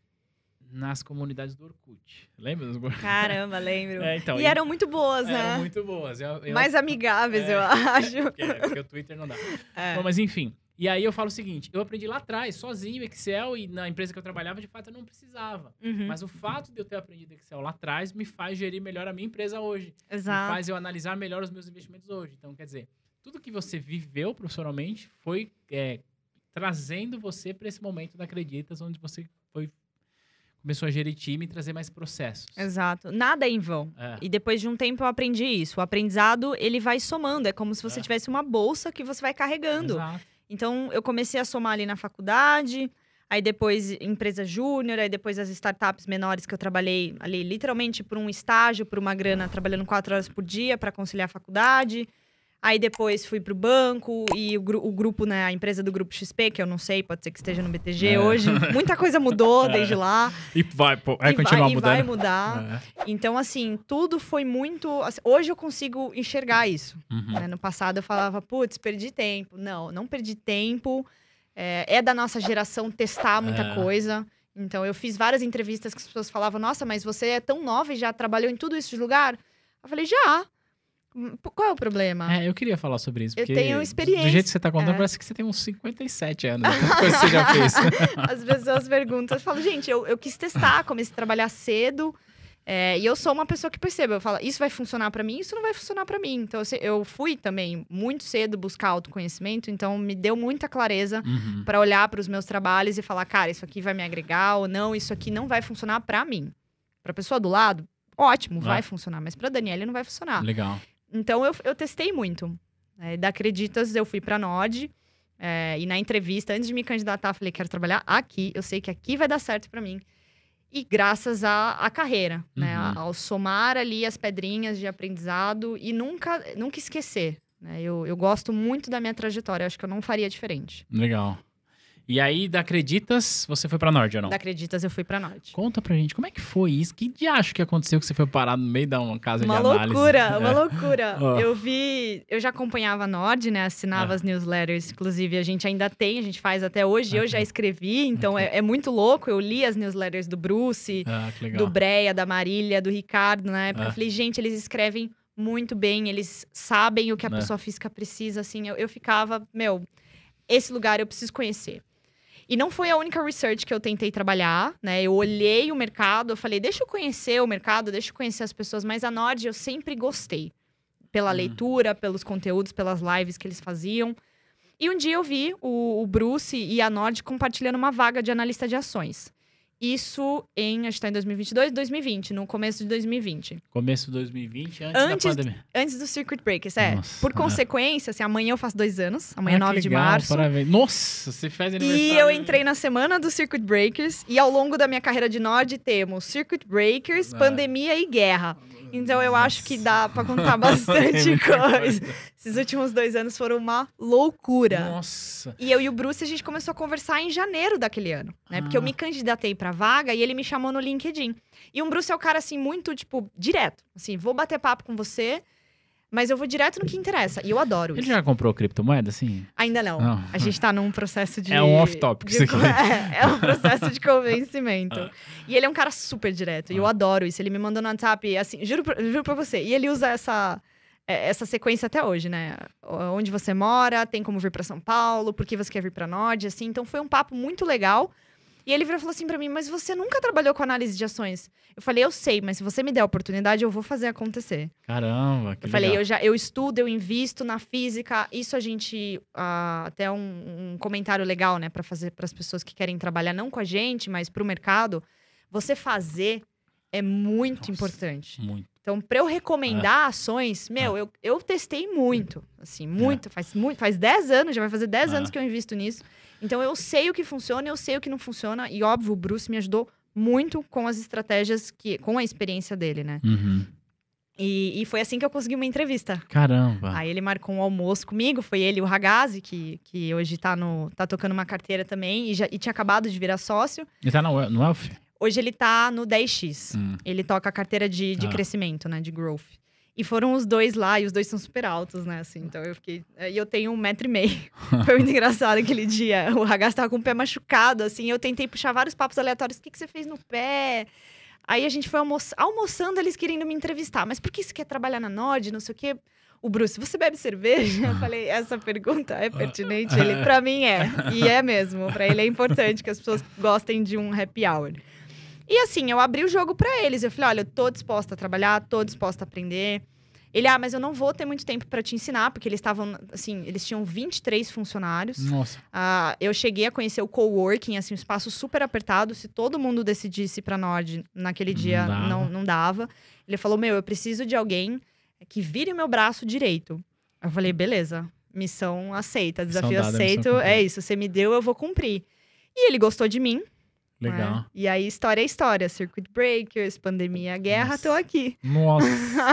nas comunidades do Orkut. Lembra? dos- Caramba, lembro. É, então, e e- eram muito boas, né? Eram muito boas. Eu, eu- Mais amigáveis, É. eu acho. porque, porque o Twitter não dá. É. Bom, mas enfim. E aí eu falo o seguinte, eu aprendi lá atrás, sozinho, Excel, e na empresa que eu trabalhava, de fato, eu não precisava. Uhum. Mas o fato de eu ter aprendido Excel lá atrás me faz gerir melhor a minha empresa hoje. Me Exato. faz eu analisar melhor os meus investimentos hoje. Então, quer dizer, tudo que você viveu profissionalmente foi é, trazendo você para esse momento da Acreditas, onde você foi, começou a gerir time e trazer mais processos. Exato. Nada é em vão. É. E depois de um tempo eu aprendi isso. O aprendizado, ele vai somando. É como se você É. tivesse uma bolsa que você vai carregando. Exato. Então, eu comecei a somar ali na faculdade, aí depois empresa júnior, aí depois as startups menores que eu trabalhei ali, literalmente por um estágio, por uma grana, trabalhando quatro horas por dia para conciliar a faculdade. Aí depois fui pro banco e o, gru- o grupo, né, a empresa do Grupo X P, que eu não sei, pode ser que esteja no B T G É. hoje. Muita coisa mudou desde lá. E vai, pô, vai e continuar vai, mudando. E vai mudar. É. Então, assim, tudo foi muito... assim, hoje eu consigo enxergar isso. Uhum. Né? No passado eu falava, putz, perdi tempo. Não, não perdi tempo. É, é da nossa geração testar muita É. coisa. Então, eu fiz várias entrevistas que as pessoas falavam, nossa, mas você é tão nova e já trabalhou em tudo isso de lugar? Eu falei, já. Qual é o problema? É, eu queria falar sobre isso. Eu Porque tenho experiência. Do jeito que você tá contando, é. parece que você tem uns cinquenta e sete anos. Tanta coisa que você já fez. As pessoas perguntam, eu falo, gente, eu, eu quis testar, comecei a trabalhar cedo. É, e eu sou uma pessoa que percebe, eu falo, isso vai funcionar pra mim, isso não vai funcionar pra mim. Então, eu, eu fui também muito cedo buscar autoconhecimento, então me deu muita clareza Uhum. pra olhar pros meus trabalhos e falar, cara, isso aqui vai me agregar ou não, isso aqui não vai funcionar pra mim. Pra pessoa do lado, ótimo, vai Ah. funcionar, mas pra Daniela não vai funcionar. Legal. Então, eu, eu testei muito. É, da Acreditas, eu fui pra Nord. É, e na entrevista, antes de me candidatar, eu falei, quero trabalhar aqui. Eu sei que aqui vai dar certo pra mim. E graças à, à carreira, né? Uhum. Ao somar ali as pedrinhas de aprendizado e nunca, nunca esquecer. Né? Eu, eu gosto muito da minha trajetória. Eu acho que eu não faria diferente. Legal. E aí, da Acreditas, você foi pra Nord ou não? Da Acreditas, eu fui pra Nord. Conta pra gente, como é que foi isso? Que diacho que aconteceu que você foi parar no meio da uma casa Uma de análise? loucura, uma É. loucura. Ó. Eu vi, eu já acompanhava a Nord, né? Assinava É. as newsletters, inclusive a gente ainda tem, a gente faz até hoje. Eu Ok. já escrevi, então Ok. é, é muito louco. Eu li as newsletters do Bruce, Ah, que legal. do Breia, da Marília, do Ricardo na época. É. Eu falei, gente, eles escrevem muito bem, eles sabem o que a É. pessoa física precisa, assim. Eu, eu ficava, meu, esse lugar eu preciso conhecer. E não foi a única research que eu tentei trabalhar, né? Eu olhei o mercado, eu falei, deixa eu conhecer o mercado, deixa eu conhecer as pessoas. Mas a Nord eu sempre gostei. Pela Hum. leitura, pelos conteúdos, pelas lives que eles faziam. E um dia eu vi o, o Bruce e a Nord compartilhando uma vaga de analista de ações. Isso em, acho que tá em dois mil e vinte e dois, dois mil e vinte, no começo de dois mil e vinte. Começo de dois mil e vinte, antes, Antes- da pandemia. Antes do Circuit Breakers, é. Nossa, Por é. consequência, assim, amanhã eu faço dois anos. Amanhã é Ah, que nove de legal, março. Parabéns. Nossa, você faz aniversário. E eu entrei na semana do Circuit Breakers. E ao longo da minha carreira de Nord, temos Circuit Breakers, Ah. pandemia e guerra. Então eu acho que dá pra contar Tem bastante muita coisa. Esses últimos dois anos foram uma loucura. Nossa. E eu e o Bruce, a gente começou a conversar em janeiro daquele ano, né? Porque eu Ah. me candidatei pra vaga e ele me chamou no LinkedIn. E o Bruce é o cara, assim, muito, tipo, direto. Assim, vou bater papo com você, mas eu vou direto no que interessa. E eu adoro Ele isso. já comprou criptomoeda, assim? Ainda não. Não. A gente tá num processo de... É um off-topic de- isso aqui. É, é um processo de convencimento. Ah. E ele é um cara super direto. E eu Ah. adoro isso. Ele me mandou no WhatsApp, assim, juro pra, juro pra você. E ele usa essa... é, essa sequência até hoje, né? Onde você mora, tem como vir pra São Paulo, por que você quer vir pra Nord, assim. Então, foi um papo muito legal. E ele virou e falou assim pra mim, mas você nunca trabalhou com análise de ações? Eu falei, eu sei, mas se você me der a oportunidade, eu vou fazer acontecer. Caramba, que Eu legal. falei, eu já eu estudo, eu invisto na física. Isso a gente... ah, até um, um comentário legal, né? Pra fazer para as pessoas que querem trabalhar, não com a gente, mas pro mercado. Você fazer é muito Nossa. importante. Muito. Então, pra eu É. recomendar ações, meu, eu, eu testei muito. Assim, muito. Faz muito. Faz dez anos, já vai fazer dez É. anos que eu invisto nisso. Então, eu sei o que funciona, eu sei o que não funciona. E, óbvio, o Bruce me ajudou muito com as estratégias, que, com a experiência dele, né? Uhum. E, e foi assim que eu consegui uma entrevista. Caramba. Aí ele marcou um almoço comigo, foi ele e o Ragazzi, que, que hoje tá, no, tá tocando uma carteira também, e, já, e tinha acabado de virar sócio. Ele tá no, no Elf? Hoje ele tá no dez x. Hum. Ele toca a carteira de, de Ah. crescimento, né? De growth. E foram os dois lá, e os dois são super altos, né? Assim, então eu fiquei... E eu tenho um metro e meio. Foi muito engraçado aquele dia. O Ragazzi tava com o pé machucado, assim. Eu tentei puxar vários papos aleatórios. O que, que você fez no pé? Aí a gente foi almoçar. Almoçando, eles querendo me entrevistar. Mas por que você quer trabalhar na Nord? Não sei o quê. O Bruce, você bebe cerveja? Eu falei, essa pergunta é pertinente? Ele, pra mim é. E é mesmo. Pra ele é importante que as pessoas gostem de um happy hour. E assim, eu abri o jogo pra eles. Eu falei, olha, eu tô disposta a trabalhar, tô disposta a aprender. Ele, ah, mas eu não vou ter muito tempo pra te ensinar, porque eles estavam, assim, eles tinham vinte e três funcionários. Nossa. Ah, eu cheguei a conhecer o coworking, assim, um espaço super apertado. Se todo mundo decidisse ir pra Nord naquele Não dia, dava. não, não dava. Ele falou, meu, eu preciso de alguém que vire o meu braço direito. Eu falei, beleza, missão aceita, Missão desafio dada, missão aceito. cumprida. É isso, você me deu, eu vou cumprir. E ele gostou de mim. Legal. né? E aí, história é história. Circuit Breakers, pandemia, guerra, Nossa. tô aqui. Nossa.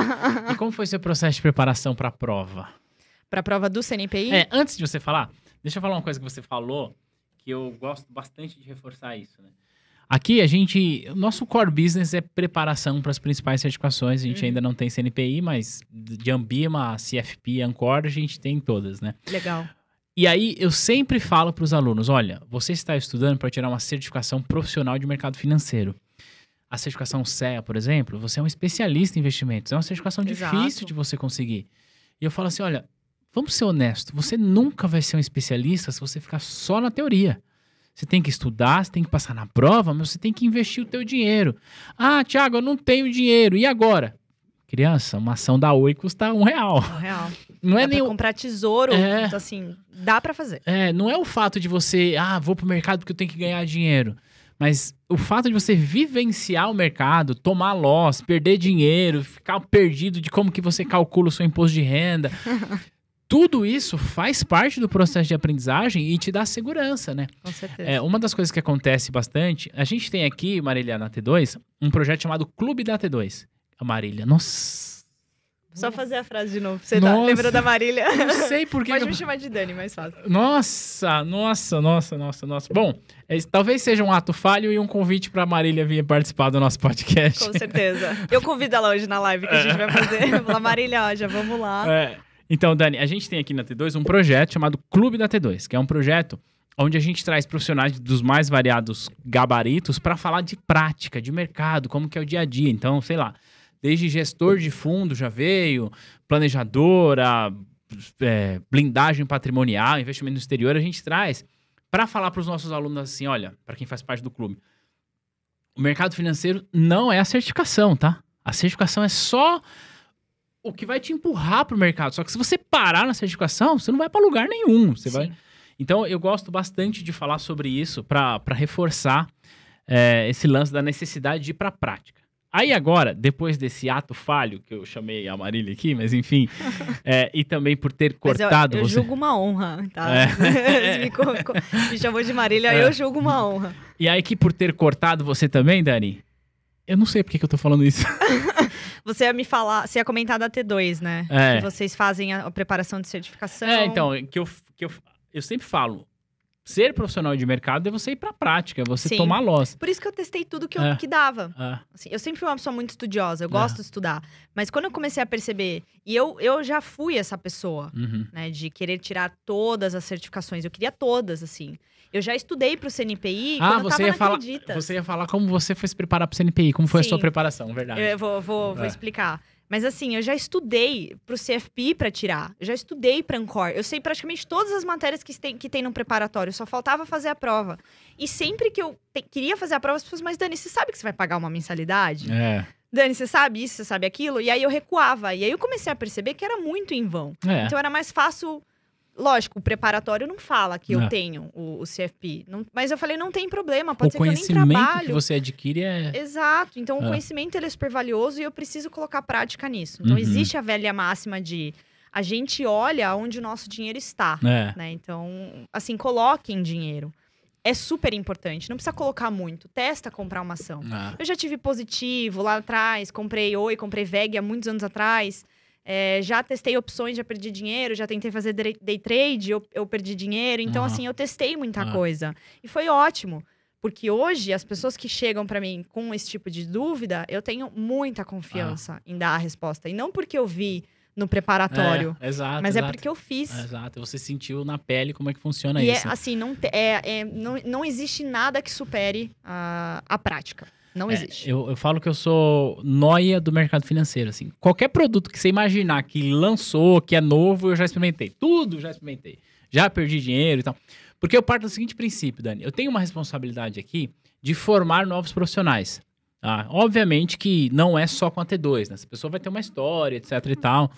E como foi seu processo de preparação pra prova? Pra prova do C N P I? É, antes de você falar, deixa eu falar uma coisa que você falou, que eu gosto bastante de reforçar isso, né? Aqui a gente, o nosso core business é preparação para as principais certificações. A gente Uhum. ainda não tem C N P I, mas de Ambima, C F P, Ancor, a gente tem todas, né? Legal. E aí eu sempre falo para os alunos, olha, você está estudando para tirar uma certificação profissional de mercado financeiro. a certificação C E A, por exemplo, você é um especialista em investimentos. É uma certificação Exato. difícil de você conseguir. E eu falo assim, olha, vamos ser honestos. Você nunca vai ser um especialista se você ficar só na teoria. Você tem que estudar, você tem que passar na prova, mas você tem que investir o teu dinheiro. Ah, Thiago, eu não tenho dinheiro. E agora? Criança, uma ação da Oi custa um real. Um real. Não é dá nem pra o... comprar tesouro, É. então assim, dá pra fazer. É, não é o fato de você, ah, vou pro mercado porque eu tenho que ganhar dinheiro. Mas o fato de você vivenciar o mercado, tomar loss, perder dinheiro, ficar perdido de como que você calcula o seu imposto de renda, tudo isso faz parte do processo de aprendizagem e te dá segurança, né? Com certeza. É, uma das coisas que acontece bastante, a gente tem aqui, Marília, na T dois, um projeto chamado Clube da T dois. A Marília, nossa... Só fazer a frase de novo. Você tá Nossa. lembrando da Marília? Não sei por que... Pode que me eu- chamar de Dani, mais fácil. Nossa, nossa, nossa, nossa, nossa. Bom, é, talvez seja um ato falho e um convite pra Marília vir participar do nosso podcast. Com certeza. Eu convido ela hoje na live que a gente vai fazer. Vou falar, Marília, ó, já vamos lá. É, então, Dani, a gente tem aqui na T dois um projeto chamado Clube da T dois, que é um projeto onde a gente traz profissionais dos mais variados gabaritos para falar de prática, de mercado, como que é o dia a dia. Então, sei lá, desde gestor de fundo já veio, planejadora, é, blindagem patrimonial, investimento no exterior, a gente traz para falar para os nossos alunos assim, olha, para quem faz parte do clube, o mercado financeiro não é a certificação, tá? A certificação é só o que vai te empurrar para o mercado. Só que se você parar na certificação, você não vai para lugar nenhum. Você Sim. vai... Então, eu gosto bastante de falar sobre isso para reforçar é, esse lance da necessidade de ir para a prática. Aí agora, depois desse ato falho, que eu chamei a Marília aqui, mas enfim, é, e também por ter Mas eu, cortado eu você... julgo uma honra, tá? É. Você me, co- co- me chamou de Marília, É. eu julgo uma honra. E aí que por ter cortado você também, Dani, eu não sei por que que eu tô falando isso. Você ia me falar, você ia comentar da T dois, né? É. Que vocês fazem a, a preparação de certificação. É, então, que eu, que eu, eu sempre falo, ser profissional de mercado é você ir pra prática, é você Sim. tomar loss. Por isso que eu testei tudo que, eu, É. que dava. É. Assim, eu sempre fui uma pessoa muito estudiosa, eu É. gosto de estudar. Mas quando eu comecei a perceber, e eu, eu já fui essa pessoa, Uhum. né? De querer tirar todas as certificações. Eu queria todas, assim. Eu já estudei pro C N P I Ah, quando eu você tava ia, na falar, Acreditas. você ia falar como você foi se preparar pro C N P I, como foi a Sim. sua preparação, verdade. Eu vou, vou, vou É. explicar. Mas assim, eu já estudei pro C F P I pra tirar. Eu já estudei pra Ancor. Eu sei praticamente todas as matérias que tem, que tem no preparatório. Só faltava fazer a prova. E sempre que eu te- queria fazer a prova, as pessoas, mas Dani, você sabe que você vai pagar uma mensalidade? É. Dani, você sabe isso, você sabe aquilo? E aí eu recuava. E aí eu comecei a perceber que era muito em vão. É. Então era mais fácil. Lógico, o preparatório não fala que Não. eu tenho o, o C F P I. Não- mas eu falei, não tem problema, pode O ser que eu nem conhecimento trabalho. que você adquire é... Exato. Então, o É. conhecimento ele é super valioso e eu preciso colocar prática nisso. Então, Uhum. existe a velha máxima de a gente olha onde o nosso dinheiro está, É. né? Então, assim, coloquem dinheiro. É super importante. Não precisa colocar muito. Testa comprar uma ação. Ah. Eu já tive positivo lá atrás. Comprei Oi, comprei V E G há muitos anos atrás. É, já testei opções, já perdi dinheiro. Já tentei fazer day day trade, eu, eu perdi dinheiro. Então, Aham. assim, eu testei muita Ah. coisa. E foi ótimo. Porque hoje, as pessoas que chegam pra mim com esse tipo de dúvida, eu tenho muita confiança em dar a resposta. E não porque eu vi no preparatório, É, exato, mas é exato. porque eu fiz. Exato, você sentiu na pele como é que funciona E isso. é assim, não, te- é, é- não, não existe nada que supere a, a prática. Não É, existe. eu, eu falo que eu sou nóia do mercado financeiro, assim. Qualquer produto que você imaginar que lançou, que é novo, eu já experimentei. Tudo já experimentei. Já perdi dinheiro e tal. Porque eu parto do seguinte princípio, Dani. Eu tenho uma responsabilidade aqui de formar novos profissionais. Tá? Obviamente que não é só com a T dois, né? Essa pessoa vai ter uma história, etc e tal.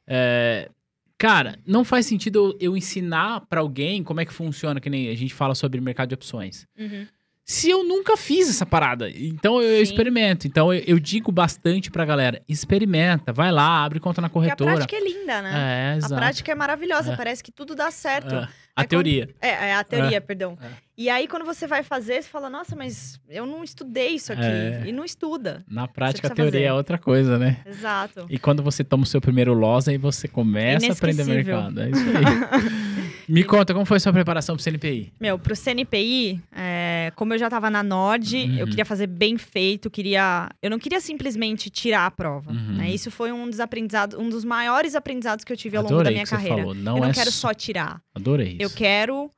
É, cara, não faz sentido eu, eu ensinar pra alguém como é que funciona, que nem a gente fala sobre mercado de opções. Uhum. Se eu nunca fiz essa parada. Então eu, eu Sim. experimento. Então eu, eu digo bastante pra galera: experimenta, vai lá, abre conta na Porque a corretora. prática é linda, né? É, A exato. prática é maravilhosa, É. parece que tudo dá certo. É. A É teoria. É, é a teoria, perdão. É. E aí, quando você vai fazer, você fala, nossa, mas eu não estudei isso aqui. É. E não estuda. Na prática, a precisa teoria fazer. é outra coisa, né? Exato. E quando você toma o seu primeiro loss, aí você começa a aprender Inesquecível. mercado. É isso aí. Me conta, como foi a sua preparação pro C N P I? Meu, pro C N P I, é, como eu já tava na Nord, eu Uhum. queria fazer bem feito, queria... Eu não queria simplesmente tirar a prova, Uhum. né? Isso foi um dos aprendizados, um dos maiores aprendizados que eu tive ao longo Adorei da minha que você carreira. falou. Não eu não é quero só- só tirar. Adorei isso. Eu quero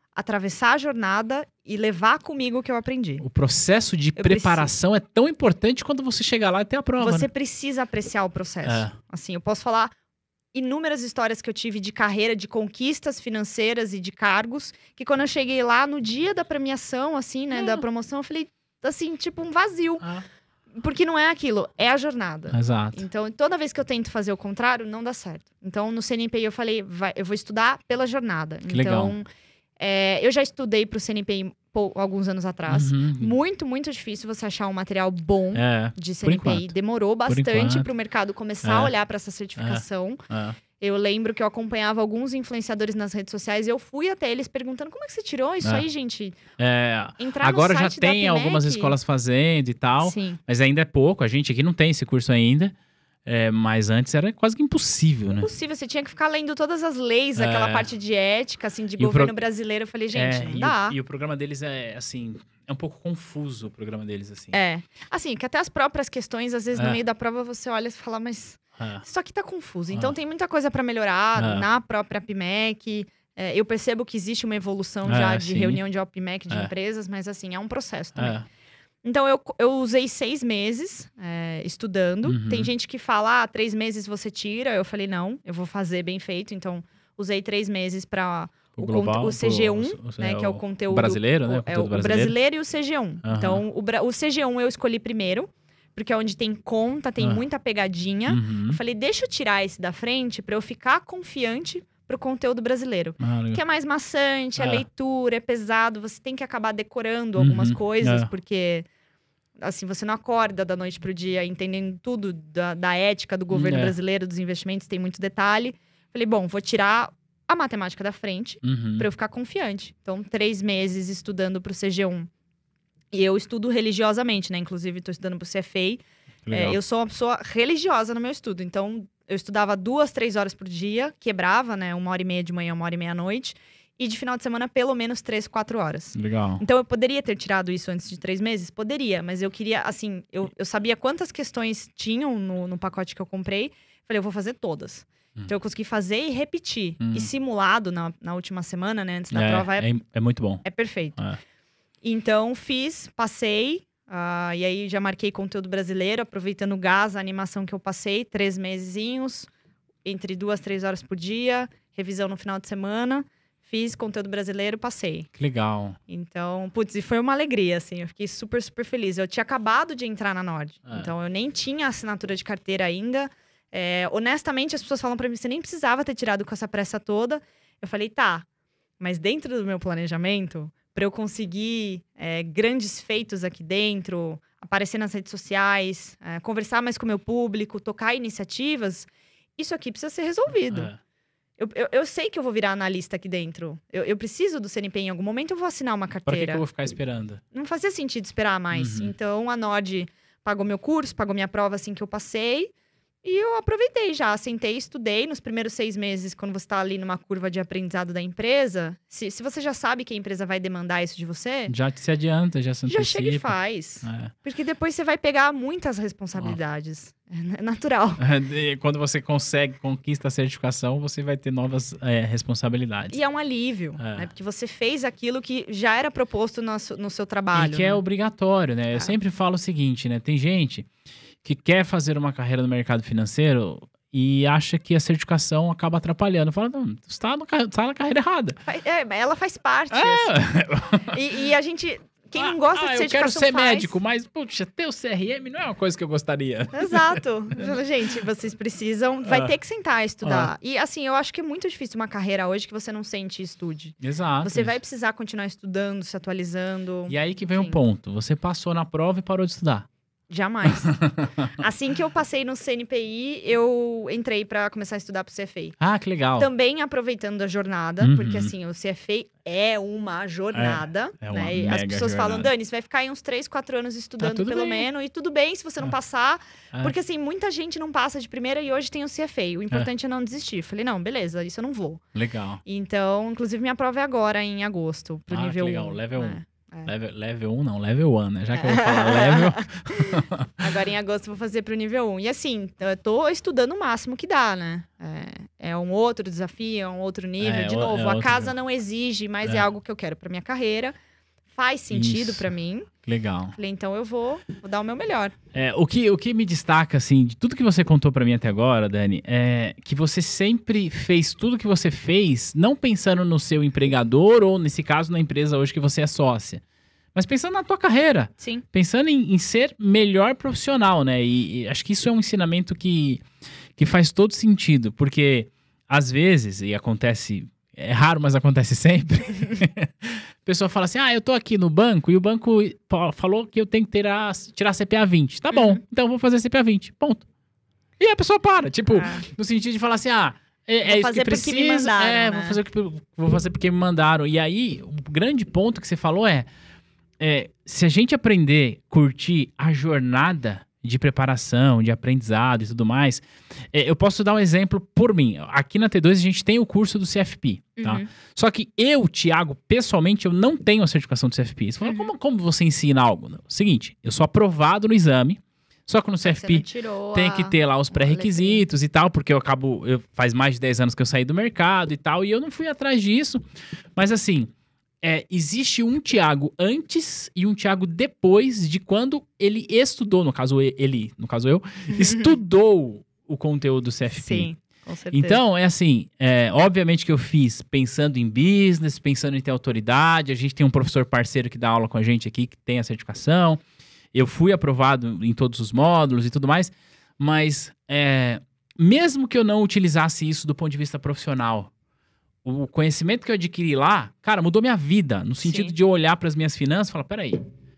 atravessar a jornada e levar comigo o que eu aprendi. O processo de Eu preparação é tão importante quando você chegar lá e ter a prova, Você né? precisa apreciar o processo. É. Assim, eu posso falar inúmeras histórias que eu tive de carreira, de conquistas financeiras e de cargos, que quando eu cheguei lá, no dia da premiação, assim, né, É. da promoção, eu falei, assim, tipo um vazio. Ah, Porque não é aquilo, é a jornada. exato. Então, toda vez que eu tento fazer o contrário, não dá certo. Então, no C N P I, eu falei, vai, eu vou estudar pela jornada. Que legal. Então, é, eu já estudei pro C N P I pou- alguns anos atrás. Uhum. Muito, muito difícil você achar um material bom É, de C por N P I. enquanto. Demorou Por bastante enquanto. para o mercado começar É. a olhar para essa certificação. é. Eu lembro que eu acompanhava alguns influenciadores nas redes sociais e eu fui até eles perguntando como é que você tirou isso É. aí, gente? É, Entrar agora no já site da tem algumas Apimec? escolas fazendo e tal, Sim. mas ainda é pouco. A gente aqui não tem esse curso ainda. É, mas antes era quase que impossível, né? Impossível, você tinha que ficar lendo todas as leis, É. aquela parte de ética, assim, de E o governo pro- brasileiro. Eu falei, gente, É, não e dá. O, e o programa deles é, assim, é um pouco confuso o programa deles, assim. É. Assim, que até as próprias questões, às vezes, É. no meio da prova, você olha e fala, mas É. isso aqui tá confuso. Então, Ah. tem muita coisa pra melhorar Ah. na própria Apimec. É, eu percebo que existe uma evolução É, já de sim. reunião de Apimec de É. empresas, mas, assim, é um processo também. É. Então, eu, eu usei seis meses é, estudando. Uhum. Tem gente que fala, ah, três meses você tira. Eu falei, não, eu vou fazer bem feito. Então, usei três meses para O o, global, conte- o C G um, pro- o- né, é, que é o o conteúdo... brasileiro, né? O o- é conteúdo o brasileiro. brasileiro e o C G um. Aham. Então, o, bra- o C G um eu escolhi primeiro, porque é onde tem conta, tem Ah. muita pegadinha. Uhum. Eu falei, deixa eu tirar esse da frente para eu ficar confiante pro conteúdo brasileiro. Ah, legal. Que é mais maçante, é É. leitura, é pesado, você tem que acabar decorando algumas Uhum, coisas, é. porque assim, você não acorda da noite pro dia entendendo tudo da, da ética do governo É. brasileiro, dos investimentos, tem muito detalhe. Falei, bom, vou tirar a matemática da frente Uhum. para eu ficar confiante. Então, três meses estudando pro C G um. E eu estudo religiosamente, né? Inclusive, tô estudando pro C F A. Legal. É, eu sou uma pessoa religiosa no meu estudo. Então, eu estudava duas, três horas por dia, quebrava, né? Uma hora e meia de manhã, uma hora e meia à noite. E de final de semana, pelo menos três, quatro horas. Legal. Então, eu poderia ter tirado isso antes de três meses? Poderia, mas eu queria, assim, eu, eu sabia quantas questões tinham no, no pacote que eu comprei. Falei, eu vou fazer todas. Hum. Então, eu consegui fazer e repetir. Hum. E simulado na, na última semana, né? Antes da é, prova, é, é, é muito bom. é perfeito. É. Então, fiz, passei. ah, e aí, já marquei conteúdo brasileiro, aproveitando o gás, a animação que eu passei. Três mesezinhos, entre duas, três horas por dia. Revisão no final de semana. Fiz conteúdo brasileiro, passei. Que legal. Então, putz, e foi uma alegria, assim. Eu fiquei super, super feliz. Eu tinha acabado de entrar na Nord. É. Então, eu nem tinha assinatura de carteira ainda. É, honestamente, as pessoas falam pra mim, você nem precisava ter tirado com essa pressa toda. Eu falei, tá. Mas dentro do meu planejamento, pra eu conseguir é, grandes feitos aqui dentro, aparecer nas redes sociais, é, conversar mais com o meu público, tocar iniciativas, isso aqui precisa ser resolvido. É. Eu, eu, eu sei que eu vou virar analista aqui dentro. Eu, eu preciso do C N P em algum momento, eu vou assinar uma Pra que, carteira. que eu vou ficar esperando? Não fazia sentido esperar mais. Uhum. Então, a Nord pagou meu curso, pagou minha prova assim que eu passei. E eu aproveitei já, sentei, estudei. Nos primeiros seis meses, quando você tá ali numa curva de aprendizado da empresa, se, se você já sabe que a empresa vai demandar isso de você, Já te se adianta, já se já antecipa. chega e faz. É. Porque depois você vai pegar muitas responsabilidades. É natural. E quando você consegue, conquista a certificação, você vai ter novas é, responsabilidades. E é um alívio, É. né? Porque você fez aquilo que já era proposto no, su- no seu trabalho. E que né? é obrigatório, né? É. Eu sempre falo o seguinte, né? Tem gente que quer fazer uma carreira no mercado financeiro e acha que a certificação acaba atrapalhando. Fala, não, você tá, no, ca- tá na carreira errada. Fa- É, mas ela faz parte. assim. É. E, e a gente. Quem Ah, não gosta ah, de eu quero certificação ser faz. médico, mas, puxa, ter o C R M não é uma coisa que eu gostaria. Exato. Gente, vocês precisam. Vai Ah. ter que sentar e estudar. E assim, eu acho que é muito difícil uma carreira hoje que você não sente e estude. Exato. Você vai precisar continuar estudando, se atualizando. E aí que vem Sim. um ponto. Você passou na prova e parou de estudar. Jamais. Assim que eu passei no C N P I, eu entrei pra começar a estudar pro C F A. Ah, que legal. Também aproveitando a jornada, Uhum. porque assim, o C F A é uma jornada, É, é uma né? E as mega pessoas falam, jornada. Dani, você vai ficar aí uns três, quatro anos estudando tudo pelo bem. menos, e tudo bem se você não É. passar, É. porque assim, muita gente não passa de primeira e hoje tem o C F A. O importante é, não desistir. Falei, não, beleza, isso eu não vou. Legal. Então, inclusive, minha prova é agora, em agosto, pro Ah, que nível legal, um, level né? É. Level, level um não, level um, né? Já que eu vou falar level... Agora em agosto eu vou fazer pro nível um. E assim, eu tô estudando o máximo que dá, né? É, é um outro desafio, é um outro nível. É, De é novo, outro a casa nível. não exige, mas é, É. algo que eu quero pra minha carreira. Faz sentido Isso. pra mim. Legal. Falei, então eu vou, vou dar o meu melhor. É, o, que, o que me destaca, assim, de tudo que você contou pra mim até agora, Dani, é que você sempre fez tudo que você fez, não pensando no seu empregador ou, nesse caso, na empresa hoje que você é sócia, mas pensando na tua carreira, Sim. pensando em, em ser melhor profissional, né? E, e acho que isso é um ensinamento que, que faz todo sentido, porque às vezes, e acontece, é raro, mas acontece sempre, a pessoa fala assim, ah, eu tô aqui no banco e o banco falou que eu tenho que tirar, tirar C P A vinte. Tá bom, Uhum. então eu vou fazer C P A vinte, ponto. E a pessoa para, tipo, Ah. no sentido de falar assim, ah, é, é Vou isso fazer que porque precisa, me mandaram, é, né? vou fazer, o que, vou fazer porque me mandaram. E aí, o grande ponto que você falou é, é, se a gente aprender, curtir a jornada de preparação, de aprendizado e tudo mais, é, eu posso dar um exemplo por mim. Aqui na T dois a gente tem o curso do C F P, tá? Uhum. Só que eu, Thiago, pessoalmente, eu não tenho a certificação do C F P. Você fala, Uhum. como, como você ensina algo? Não. Seguinte, eu sou aprovado no exame, só que no C F Você P não tirou tem a- que ter lá os a pré-requisitos e tal, porque eu acabo, eu, faz mais de dez anos que eu saí do mercado e tal, e eu não fui atrás disso. Mas assim, é, existe um Thiago antes e um Thiago depois de quando ele estudou, no caso ele, no caso eu, estudou o conteúdo do C F P. Sim, com certeza. Então, é assim, é, obviamente que eu fiz pensando em business, pensando em ter autoridade, a gente tem um professor parceiro que dá aula com a gente aqui, que tem a certificação, eu fui aprovado em todos os módulos e tudo mais, mas é, mesmo que eu não utilizasse isso do ponto de vista profissional, o conhecimento que eu adquiri lá, cara, mudou minha vida, no sentido Sim. de eu olhar para as minhas finanças e falar, peraí,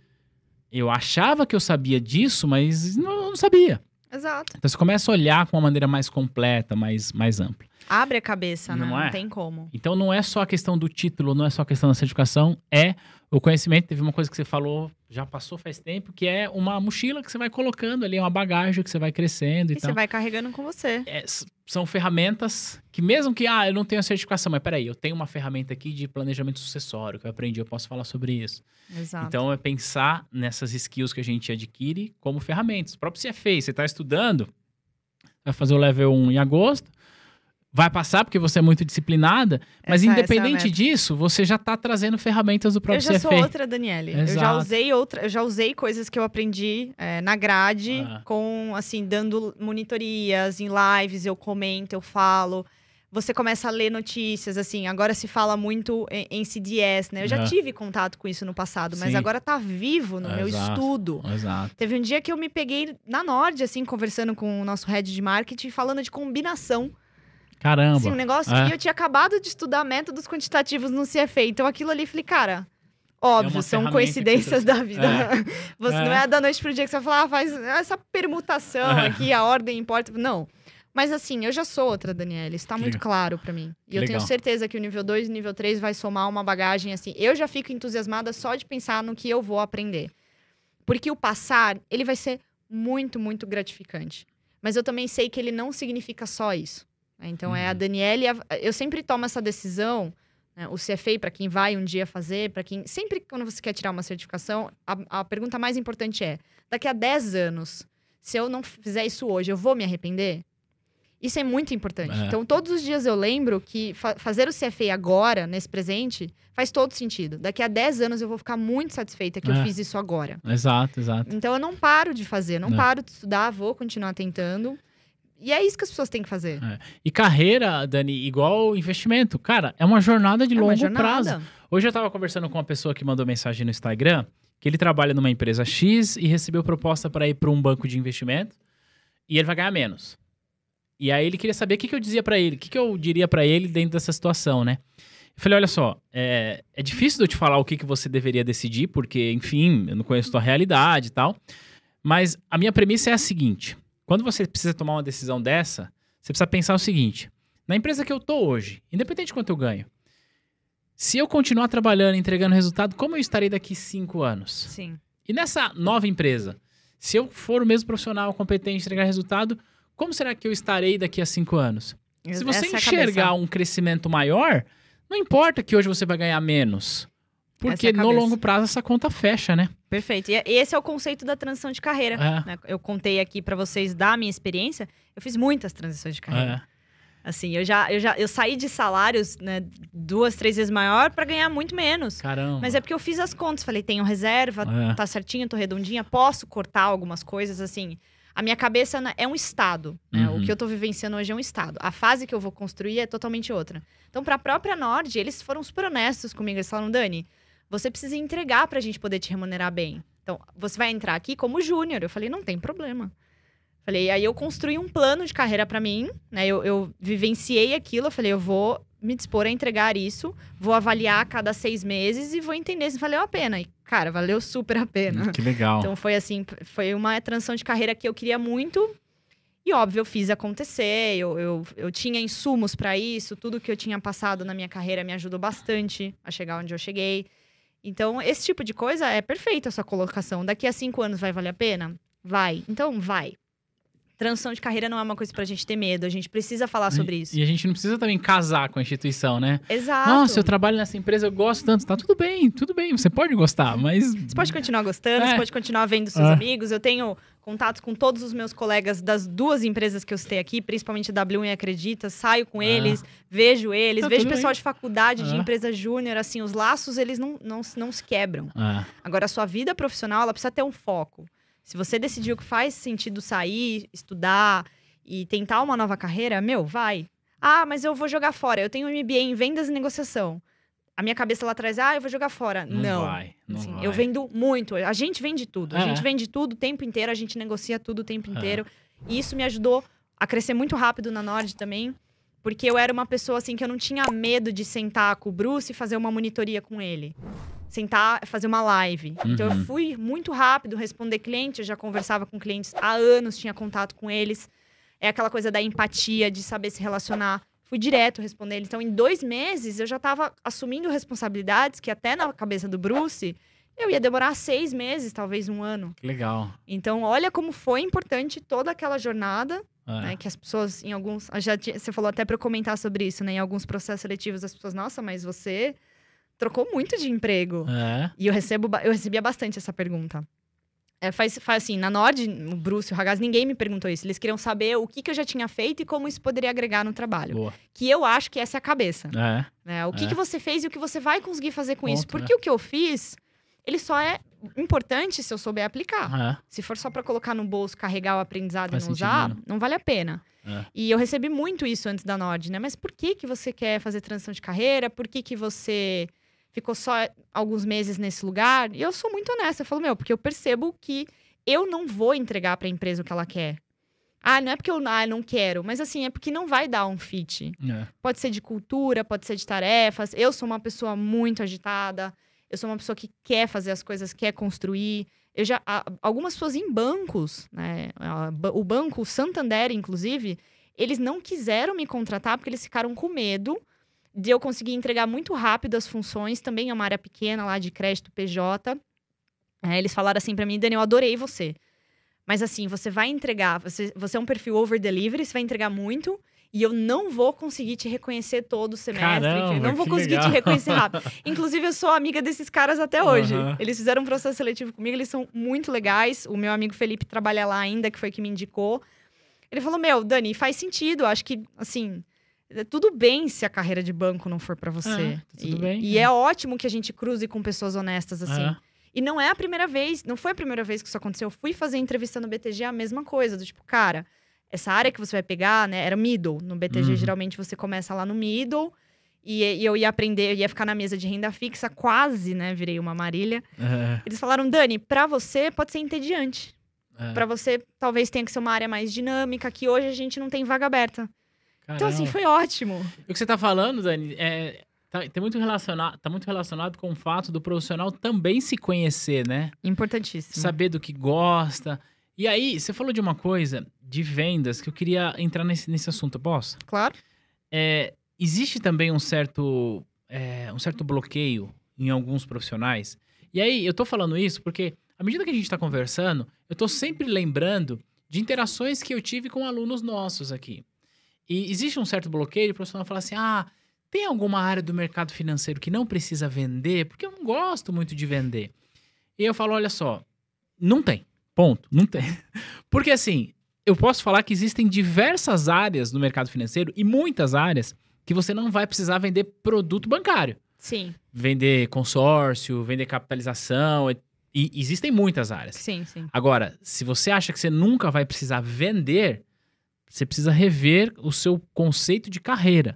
eu achava que eu sabia disso, mas não, eu não sabia. Exato. Então você começa a olhar com uma maneira mais completa, mais, mais ampla. Abre a cabeça, né? Não Não é? tem como. Então não é só a questão do título, não é só a questão da certificação, é o conhecimento. Teve uma coisa que você falou, já passou faz tempo, que é uma mochila que você vai colocando ali, uma bagagem que você vai crescendo e, E tal. você vai carregando com você. É, s- são ferramentas que mesmo que, ah, eu não tenho a certificação, mas peraí, eu tenho uma ferramenta aqui de planejamento sucessório que eu aprendi, eu posso falar sobre isso. Exato. Então é pensar nessas skills que a gente adquire como ferramentas. O próprio C F A, você está estudando, vai fazer o level um em agosto, vai passar porque você é muito disciplinada, mas Essa- essa é a independente meta. disso, você já está trazendo ferramentas do Eu próprio já C sou F A. outra Daniele. Eu já Exato. usei outra, eu já usei coisas que eu aprendi é, na grade, Ah. com assim, dando monitorias, em lives, eu comento, eu falo. Você começa a ler notícias, assim, agora se fala muito em, em C D S, né? Eu já Ah. tive contato com isso no passado, mas Sim. agora tá vivo no meu Exato. estudo. Exato. Teve um dia que eu me peguei na Nord, assim, conversando com o nosso head de marketing, falando de combinação. Caramba. Assim, um negócio. É. E eu tinha acabado de estudar métodos quantitativos no C F A. Então aquilo ali, falei, cara, óbvio, uma são ferramenta coincidências que da vida. Você É. não é da noite pro dia que você vai falar, ah, faz essa permutação É. aqui, a ordem importa. Não. Mas assim, eu já sou outra Daniela, isso tá muito Legal. claro pra mim. E eu Legal. tenho certeza que o nível dois e o nível três vai somar uma bagagem assim. Eu já fico entusiasmada só de pensar no que eu vou aprender. Porque o passar, ele vai ser muito, muito gratificante. Mas eu também sei que ele não significa só isso. né? Então é a Uhum. Daniele, a- eu sempre tomo essa decisão, né, o C F A para quem vai um dia fazer, para quem sempre quando você quer tirar uma certificação, a, a pergunta mais importante é: daqui a dez anos, se eu não fizer isso hoje, eu vou me arrepender? Isso é muito importante. É. Então, todos os dias eu lembro que fa- fazer o C F A agora, nesse presente, faz todo sentido. Daqui a dez anos eu vou ficar muito satisfeita que eu É. fiz isso agora. Exato, exato. Então, eu não paro de fazer, não Não. paro de estudar, vou continuar tentando. E é isso que as pessoas têm que fazer. E carreira, Dani, igual investimento. Cara, é uma jornada de É uma longo jornada. prazo. Hoje eu tava conversando com uma pessoa que mandou mensagem no Instagram, que ele trabalha numa empresa X e recebeu proposta para ir para um banco de investimento e ele vai ganhar menos. E aí ele queria saber o que, que eu dizia para ele, o que, que eu diria para ele dentro dessa situação, né? Eu falei, olha só, é, é difícil de eu te falar o que, que você deveria decidir, porque, enfim, eu não conheço tua realidade e tal. Mas a minha premissa é a seguinte: quando você precisa tomar uma decisão dessa, você precisa pensar o seguinte: na empresa que eu tô hoje, independente de quanto eu ganho, se eu continuar trabalhando, entregando resultado, como eu estarei daqui cinco anos? Sim. E nessa nova empresa, se eu for o mesmo profissional competente, entregar resultado, como será que eu estarei daqui a cinco anos? Se você Essa é a enxergar cabeça. um crescimento maior, não importa que hoje você vai ganhar menos. Porque Essa é a no cabeça. longo prazo essa conta fecha, né? Perfeito. E esse é o conceito da transição de carreira. É. Né? Eu contei aqui pra vocês da minha experiência. Eu fiz muitas transições de carreira. É. Assim, eu já, eu já eu saí de salários, né, duas, três vezes maior pra ganhar muito menos. Caramba. Mas é porque eu fiz as contas. Falei, tenho reserva, É. tá certinho, tô redondinha, posso cortar algumas coisas, assim. A minha cabeça né, é um estado. Né? Uhum. O que eu tô vivenciando hoje é um estado. A fase que eu vou construir é totalmente outra. Então, pra própria Nord, eles foram super honestos comigo. Eles falaram, Dani, você precisa entregar pra gente poder te remunerar bem. Então, você vai entrar aqui como júnior. Eu falei, não tem problema. Falei, aí eu construí um plano de carreira pra mim, né? Eu, eu vivenciei aquilo, eu falei, eu vou me dispor a entregar isso, vou avaliar a cada seis meses e vou entender se valeu a pena. E, cara, valeu super a pena. Que legal. Então, foi assim, foi uma transição de carreira que eu queria muito. E, óbvio, eu fiz acontecer, eu, eu, eu tinha insumos pra isso, tudo que eu tinha passado na minha carreira me ajudou bastante a chegar onde eu cheguei. Então, esse tipo de coisa é perfeita a sua colocação. Daqui a cinco anos vai valer a pena? Vai. Então, vai. Transição de carreira não é uma coisa pra gente ter medo. A gente precisa falar sobre isso. E a gente não precisa também casar com a instituição, né? Exato. Nossa, eu trabalho nessa empresa, eu gosto tanto. Tá tudo bem, tudo bem. Você pode gostar, mas... Você pode continuar gostando, É. você pode continuar vendo seus É. amigos. Eu tenho contatos com todos os meus colegas das duas empresas que eu citei aqui, principalmente a W um e a Acredita. Saio com É. eles, vejo eles, Tá vejo tudo pessoal bem. de faculdade, de É. empresa júnior. Assim, os laços, eles não, não, não se quebram. Ah, Agora, a sua vida profissional, ela precisa ter um foco. Se você decidiu que faz sentido sair, estudar e tentar uma nova carreira, meu, vai. Ah, mas eu vou jogar fora. Eu tenho um M B A em vendas e negociação. A minha cabeça lá atrás, ah, eu vou jogar fora. não, Não. vai, não Assim, vai. eu vendo muito. A gente vende tudo. A É. gente vende tudo o tempo inteiro, a gente negocia tudo o tempo É. inteiro. E isso me ajudou a crescer muito rápido na Nord também. Porque eu era uma pessoa, assim, que eu não tinha medo de sentar com o Bruce e fazer uma monitoria com ele. Sentar, fazer uma live. Então, Uhum. eu fui muito rápido responder cliente. Eu já conversava com clientes há anos, tinha contato com eles. É aquela coisa da empatia, de saber se relacionar. Fui direto responder eles. Então, em dois meses, eu já estava assumindo responsabilidades que até na cabeça do Bruce, eu ia demorar seis meses, talvez um ano. Que legal. Então, olha como foi importante toda aquela jornada, É. né? Que as pessoas, em alguns... Já tinha- você falou até para eu comentar sobre isso, né? Em alguns processos seletivos, as pessoas... Nossa, mas você trocou muito de emprego. É. E eu, recebo, ba- eu recebia bastante essa pergunta. É, faz, faz assim, na Nord, o Bruce e o Ragaz, ninguém me perguntou isso. Eles queriam saber o que, que eu já tinha feito e como isso poderia agregar no trabalho. Boa. Que eu acho que essa é a cabeça. É. Né? O que, É. que você fez e o que você vai conseguir fazer com isso. Ponto, Porque o que eu fiz, ele só é importante se eu souber aplicar. É. Se for só para colocar no bolso, carregar o aprendizado Faz e não sentido usar, nenhum. não vale a pena. É. E eu recebi muito isso antes da Nord, né? Mas por que, que você quer fazer transição de carreira? Por que, que você ficou só alguns meses nesse lugar? E eu sou muito honesta. Eu falo, meu, porque eu percebo que eu não vou entregar para a empresa o que ela quer. Ah, não é porque eu ah, não quero, mas assim, é porque não vai dar um fit. É. Pode ser de cultura, pode ser de tarefas. Eu sou uma pessoa muito agitada. Eu sou uma pessoa que quer fazer as coisas, quer construir. Eu já, a- algumas pessoas em bancos, né? a- ba- O banco Santander, inclusive, eles não quiseram me contratar porque eles ficaram com medo de eu conseguir entregar muito rápido as funções. Também é uma área pequena lá de crédito P J. É, eles falaram assim pra mim, Dani, eu adorei você. Mas assim, você vai entregar, você, você é um perfil over-delivery, você vai entregar muito, e eu não vou conseguir te reconhecer todo o semestre. Caramba, eu não vou que conseguir legal. te reconhecer rápido. Inclusive, eu sou amiga desses caras até hoje. Aham. Eles fizeram um processo seletivo comigo, eles são muito legais. O meu amigo Felipe trabalha lá ainda, que foi que me indicou. Ele falou, meu, Dani, faz sentido, acho que, assim... é tudo bem se a carreira de banco não for pra você. É, tá tudo e, bem, e é. é ótimo que a gente cruze com pessoas honestas, assim. É. E não é a primeira vez, não foi a primeira vez que isso aconteceu. Eu fui fazer entrevista no B T G, a mesma coisa. Do tipo, cara, essa área que você vai pegar, né? Era middle. No B T G, Uhum. geralmente, você começa lá no middle. E, e eu ia aprender, eu ia ficar na mesa de renda fixa, quase, né? Virei uma marília. É. Eles falaram, Dani, pra você pode ser entediante. É. Pra você, talvez tenha que ser uma área mais dinâmica, que hoje a gente não tem vaga aberta. Então, assim, Caramba. foi ótimo. O que você tá falando, Dani, é, tá, tem muito relacionado, tá muito relacionado com o fato do profissional também se conhecer, né? Importantíssimo. Saber do que gosta. E aí, você falou de uma coisa de vendas que eu queria entrar nesse, nesse assunto, posso? Claro. É, existe também um certo, é, um certo bloqueio em alguns profissionais. E aí, eu tô falando isso porque, à medida que a gente tá conversando, eu tô sempre lembrando de interações que eu tive com alunos nossos aqui. E existe um certo bloqueio, o profissional fala assim, ah, tem alguma área do mercado financeiro que não precisa vender? Porque eu não gosto muito de vender. E eu falo, olha só, não tem. Ponto. Não tem. Porque assim, eu posso falar que existem diversas áreas no mercado financeiro e muitas áreas que você não vai precisar vender produto bancário. Sim. Vender consórcio, vender capitalização. E existem muitas áreas. Sim, sim. Agora, se você acha que você nunca vai precisar vender, você precisa rever o seu conceito de carreira.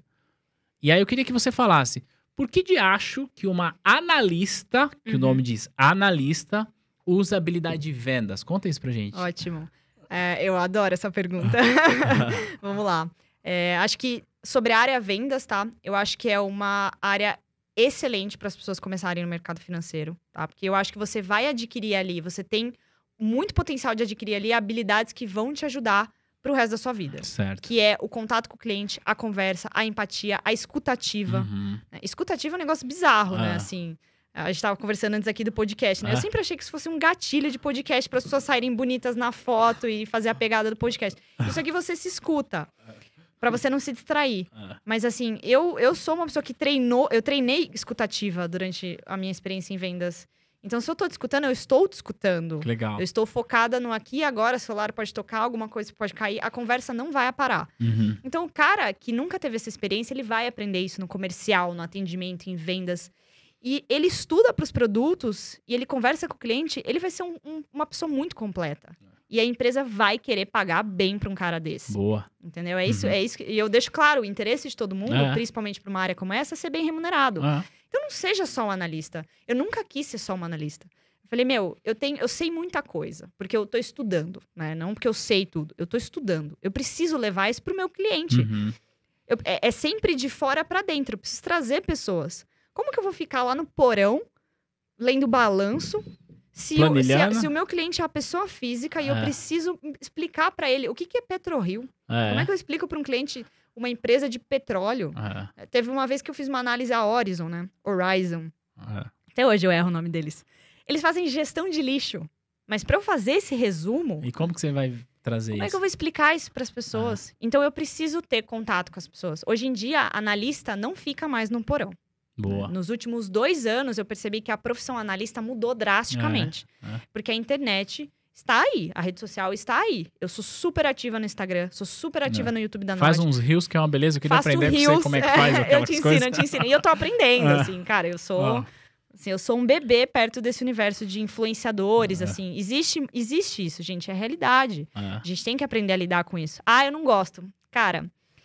E aí eu queria que você falasse, por que de acho que uma analista, que uhum. o nome diz analista, usa habilidade de vendas? Conta isso pra gente. Ótimo. É, eu adoro essa pergunta. Vamos lá. É, acho que sobre a área vendas, tá? Eu acho que é uma área excelente para as pessoas começarem no mercado financeiro, tá? Porque eu acho que você vai adquirir ali, você tem muito potencial de adquirir ali habilidades que vão te ajudar pro resto da sua vida. Certo. Que é o contato com o cliente, a conversa, a empatia, a escutativa. Uhum. Escutativa é um negócio bizarro, ah. né? Assim, a gente tava conversando antes aqui do podcast, né? Ah. Eu sempre achei que isso fosse um gatilho de podcast para as pessoas saírem bonitas na foto e fazer a pegada do podcast. Isso aqui você se escuta. Pra você não se distrair. Ah. Mas assim, eu, eu sou uma pessoa que treinou... Eu treinei escutativa durante a minha experiência em vendas. Então, se eu tô te escutando, eu estou te escutando. Legal. Eu estou focada no aqui e agora. O celular pode tocar, alguma coisa pode cair. A conversa não vai parar. Uhum. Então, o cara que nunca teve essa experiência, ele vai aprender isso no comercial, no atendimento, em vendas. E ele estuda pros produtos e ele conversa com o cliente. Ele vai ser um, um, uma pessoa muito completa. E a empresa vai querer pagar bem pra um cara desse. Boa. Entendeu? É isso, uhum. é isso. Que, e eu deixo claro, o interesse de todo mundo, é. principalmente pra uma área como essa, é ser bem remunerado. É. Então não seja só um analista. Eu nunca quis ser só um analista. Eu falei, meu, eu, tenho, eu sei muita coisa, porque eu tô estudando, né? Não porque eu sei tudo, eu tô estudando. Eu preciso levar isso pro meu cliente. Uhum. Eu, é, é sempre de fora pra dentro. Eu preciso trazer pessoas. Como que eu vou ficar lá no porão, lendo balanço... Se, eu, se, a, se o meu cliente é a pessoa física e é. eu preciso explicar para ele o que, que é PetroRio. É. Como é que eu explico para um cliente uma empresa de petróleo? É. Teve uma vez que eu fiz uma análise a Horizon, né? Horizon. É. Até hoje eu erro o nome deles. Eles fazem gestão de lixo. Mas para eu fazer esse resumo... E como que você vai trazer como isso? Como é que eu vou explicar isso para as pessoas? Então eu preciso ter contato com as pessoas. Hoje em dia, analista não fica mais no porão. Boa. Nos últimos dois anos, eu percebi que a profissão analista mudou drasticamente. É, é. Porque a internet está aí, a rede social está aí. Eu sou super ativa no Instagram, sou super ativa é. no YouTube da Nod. Faz uns reels que é uma beleza, eu queria Faço aprender reels, com você como é que faz aquelas Eu te ensino, coisas. eu te ensino. E eu tô aprendendo, é. assim, cara, eu sou... Oh. Assim, eu sou um bebê perto desse universo de influenciadores, é. assim. Existe, existe isso, gente, é realidade. É. A gente tem que aprender a lidar com isso. Ah, eu não gosto. Cara,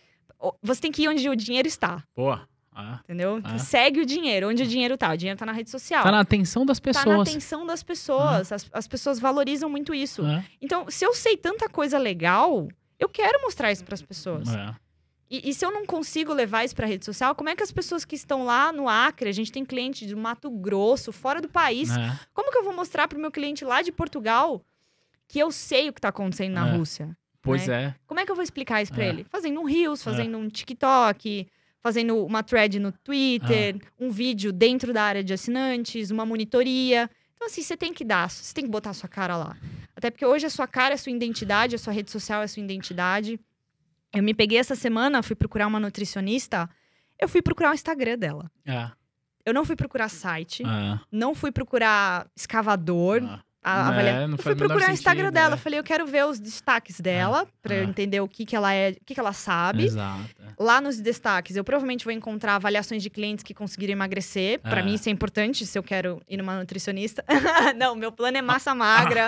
você tem que ir onde o dinheiro está. Boa. Ah, entendeu? ah. Segue o dinheiro. Onde o dinheiro tá? O dinheiro tá na rede social. Tá na atenção das pessoas. Tá na atenção das pessoas. Ah. As, as pessoas valorizam muito isso. Ah. Então, se eu sei tanta coisa legal, eu quero mostrar isso pras pessoas. Ah. E, e se eu não consigo levar isso pra rede social, como é que as pessoas que estão lá no Acre, a gente tem cliente de Mato Grosso, fora do país, ah. como que eu vou mostrar pro meu cliente lá de Portugal que eu sei o que tá acontecendo na ah. Rússia? Pois né? é. Como é que eu vou explicar isso pra ah. ele? Fazendo um Reels, fazendo ah. um TikTok... Fazendo uma thread no Twitter, ah. um vídeo dentro da área de assinantes, uma monitoria. Então, assim, você tem que dar, você tem que botar a sua cara lá. Até porque hoje a sua cara é a sua identidade, a sua rede social é a sua identidade. Eu me peguei essa semana, fui procurar uma nutricionista, eu fui procurar o Instagram dela. Ah. Eu não fui procurar site, ah. não fui procurar escavador... Ah. A, a é, eu fui procurar o Instagram sentido, dela. É. Falei, eu quero ver os destaques dela, ah, pra ah. eu entender o que, que ela é, o que, que ela sabe. Exato. Lá nos destaques, eu provavelmente vou encontrar avaliações de clientes que conseguiram emagrecer. Ah. Pra mim, isso é importante, se eu quero ir numa nutricionista. Não, meu plano é massa magra.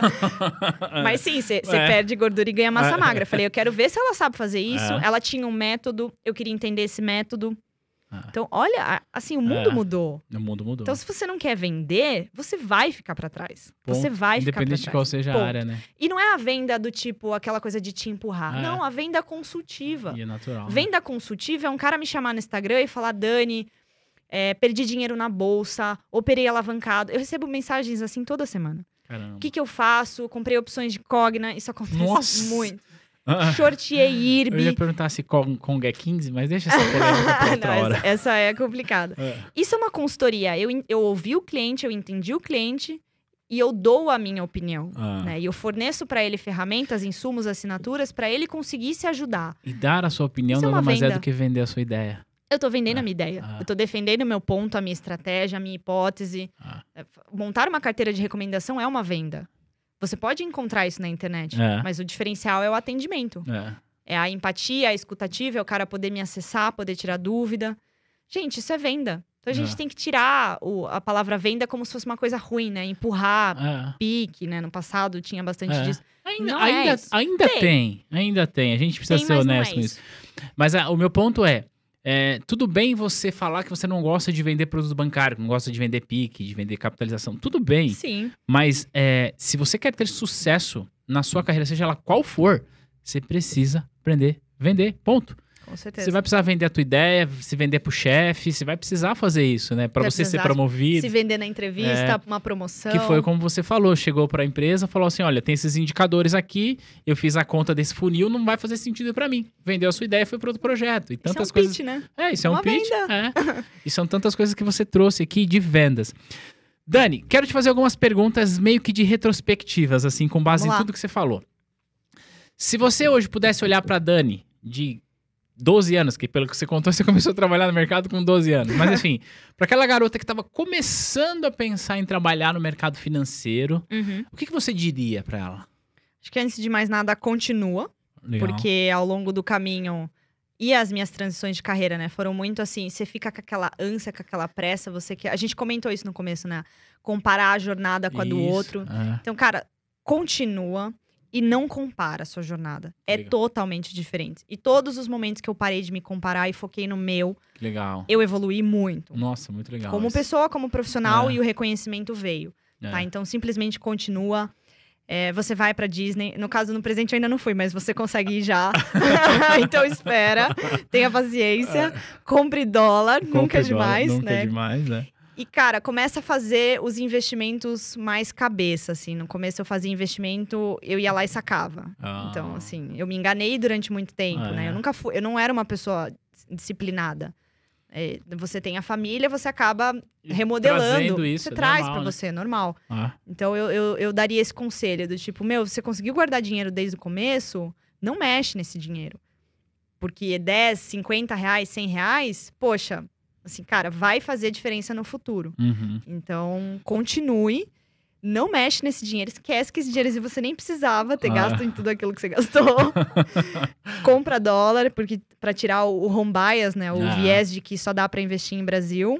Mas sim, você é. perde gordura e ganha massa é. magra. Falei, eu quero ver se ela sabe fazer isso. É. Ela tinha um método, eu queria entender esse método. Então, olha, assim, o mundo é, o mudou. mundo mudou. Então, se você não quer vender, você vai ficar pra trás. Ponto. Você vai ficar pra trás. Independente de qual seja Ponto. a área, né? E não é a venda do tipo, aquela coisa de te empurrar. É. Não, a venda consultiva. E é natural. Venda né? consultiva é um cara me chamar no Instagram e falar, Dani, é, perdi dinheiro na bolsa, operei alavancado. Eu recebo mensagens assim toda semana. Caramba. O que, que eu faço? Comprei opções de Cogna. Isso acontece Nossa. muito. Shorteei I R B. Eu ia perguntar se Kong é quinze, mas deixa essa polêmica pra outra Não, hora. Essa, essa é complicada. É. Isso é uma consultoria. Eu, eu ouvi o cliente, eu entendi o cliente e eu dou a minha opinião. Ah. Né? E eu forneço pra ele ferramentas, insumos, assinaturas pra ele conseguir se ajudar. E dar a sua opinião Isso nada é mais venda. é do que vender a sua ideia. Eu tô vendendo Ah, a minha ideia. ah. Eu tô defendendo o meu ponto, a minha estratégia, a minha hipótese. Ah. Montar uma carteira de recomendação é uma venda. Você pode encontrar isso na internet, É. mas o diferencial é o atendimento. É. É a empatia, a escutativa, é o cara poder me acessar, poder tirar dúvida. Gente, isso é venda. Então a gente É. tem que tirar o- a palavra venda como se fosse uma coisa ruim, né? Empurrar É. pique, né? No passado tinha bastante É. disso. Ainda, Não é ainda, isso. ainda Tem. tem. ainda tem. A gente precisa Tem, ser mas não é honesto com isso. isso. Mas ah, o meu ponto é, é, tudo bem você falar que você não gosta de vender produto bancário, que não gosta de vender pique, de vender capitalização. Tudo bem. Sim. Mas é, se você quer ter sucesso na sua carreira, seja ela qual for, você precisa aprender a vender. Ponto. Com certeza. Você vai precisar vender a tua ideia, se vender pro chefe, você vai precisar fazer isso, né? Pra Vai você ser precisar promovido. Se vender na entrevista, uma promoção. Que foi como você falou, chegou pra empresa, falou assim, olha, tem esses indicadores aqui, eu fiz a conta desse funil, não vai fazer sentido pra mim. Vendeu a sua ideia e foi para outro projeto. E tantas isso é um coisas. pitch, né? É, isso é um Uma pitch. venda. É. E são tantas coisas que você trouxe aqui de vendas. Dani, quero te fazer algumas perguntas meio que de retrospectivas, assim, com base Vamos em lá. tudo que você falou. Se você hoje pudesse olhar pra Dani de doze anos, que pelo que você contou, você começou a trabalhar no mercado com doze anos. Mas enfim, pra aquela garota que tava começando a pensar em trabalhar no mercado financeiro, Uhum. o que, que você diria pra ela? Acho que antes de mais nada, continua. Legal. Porque ao longo do caminho e as minhas transições de carreira, né, foram muito assim, você fica com aquela ânsia, com aquela pressa, você quer... A gente comentou isso no começo, né? Comparar a jornada com a do Isso, outro. é. Então, cara, continua e não compara a sua jornada. É Legal. totalmente diferente. E todos os momentos que eu parei de me comparar e foquei no meu, Que legal. eu evoluí muito. Nossa, muito legal. Como isso. pessoa, como profissional, É. e o reconhecimento veio. É. Tá? Então, simplesmente continua. É, você vai pra Disney. No caso, no presente eu ainda não fui, mas você consegue ir já. Então, espera. Tenha paciência. Compre dólar. Compre nunca é dólar, demais, nunca né? é demais, né? E, cara, começa a fazer os investimentos mais cabeça, assim. No começo eu fazia investimento, eu ia lá e sacava. Ah. Então, assim, eu me enganei durante muito tempo, Ah, né? é. Eu nunca fui, eu não era uma pessoa disciplinada. É, você tem a família, você acaba remodelando. Trazendo isso, você é traz normal, pra né? você, é normal. Ah. Então, eu, eu, eu daria esse conselho do tipo, meu, você conseguiu guardar dinheiro desde o começo? Não mexe nesse dinheiro. Porque dez, cinquenta reais, cem reais, poxa, assim, cara, vai fazer diferença no futuro. Uhum. Então, continue. Não mexe nesse dinheiro. Esquece que esse dinheiro assim, você nem precisava ter Ah. gasto em tudo aquilo que você gastou. Compra dólar, porque para tirar o home bias, né? O Ah. viés de que só dá para investir em Brasil.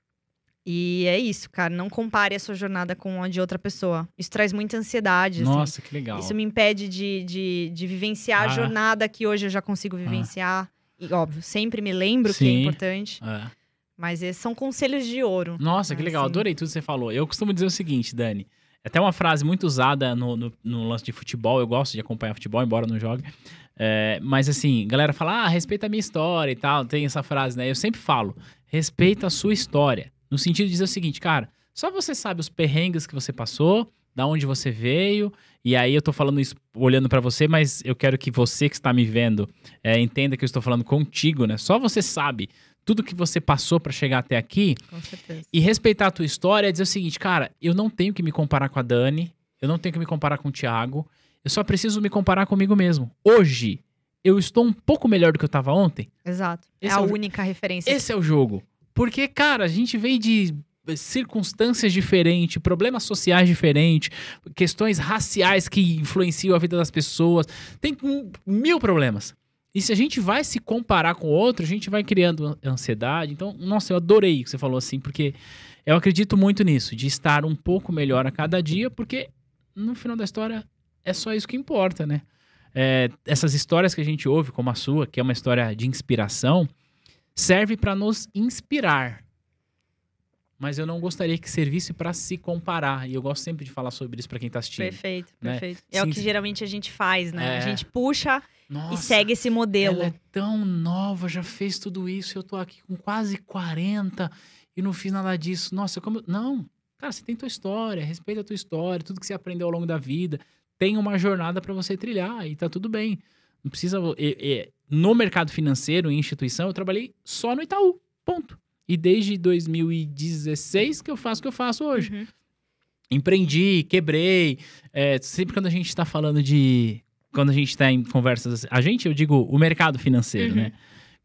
E é isso, cara. Não compare a sua jornada com a de outra pessoa. Isso traz muita ansiedade, assim. Nossa, que legal. Isso me impede de, de, de vivenciar Ah. a jornada que hoje eu já consigo vivenciar. E, óbvio, sempre me lembro que é Sim. importante. É. Mas esses são conselhos de ouro. Nossa, que legal. Assim. Adorei tudo que você falou. Eu costumo dizer o seguinte, Dani. É até uma frase muito usada no, no, no lance de futebol. Eu gosto de acompanhar futebol, embora não jogue. É, mas assim, galera fala, ah, respeita a minha história e tal. Tem essa frase, né? Eu sempre falo, respeita a sua história. No sentido de dizer o seguinte, cara, só você sabe os perrengues que você passou, da onde você veio. E aí eu tô falando isso olhando pra você, mas eu quero que você que está me vendo é, entenda que eu estou falando contigo, né? Só você sabe tudo que você passou pra chegar até aqui. Com certeza. E respeitar a tua história é dizer o seguinte, cara, eu não tenho que me comparar com a Dani, eu não tenho que me comparar com o Thiago, eu só preciso me comparar comigo mesmo. Hoje, eu estou um pouco melhor do que eu estava ontem. Exato. Esse é a é o jo- única referência. Esse é o jogo. Porque, cara, a gente veio de circunstâncias diferentes, problemas sociais diferentes, questões raciais que influenciam a vida das pessoas. Tem um- mil problemas. E se a gente vai se comparar com o outro, a gente vai criando ansiedade. Então, nossa, eu adorei o que você falou assim, porque eu acredito muito nisso, de estar um pouco melhor a cada dia, porque no final da história é só isso que importa, né? É, essas histórias que a gente ouve, como a sua, que é uma história de inspiração, serve para nos inspirar. Mas eu não gostaria que servisse para se comparar. E eu gosto sempre de falar sobre isso para quem tá assistindo. Perfeito, né? perfeito. É o Sim, que sim. geralmente a gente faz, né? É. A gente puxa Nossa, e segue esse modelo. ela é tão nova, já fez tudo isso. Eu tô aqui com quase quarenta e não fiz nada disso. Nossa, como... Não, cara, você tem tua história, respeita a tua história, tudo que você aprendeu ao longo da vida. Tem uma jornada para você trilhar e tá tudo bem. Não precisa... e- e- no mercado financeiro, em instituição, eu trabalhei só no Itaú, ponto. E desde dois mil e dezesseis que eu faço o que eu faço hoje. Uhum. Empreendi, quebrei. É, sempre quando a gente tá falando de... Quando a gente tá em conversas... A gente, eu digo, o mercado financeiro, Uhum. né?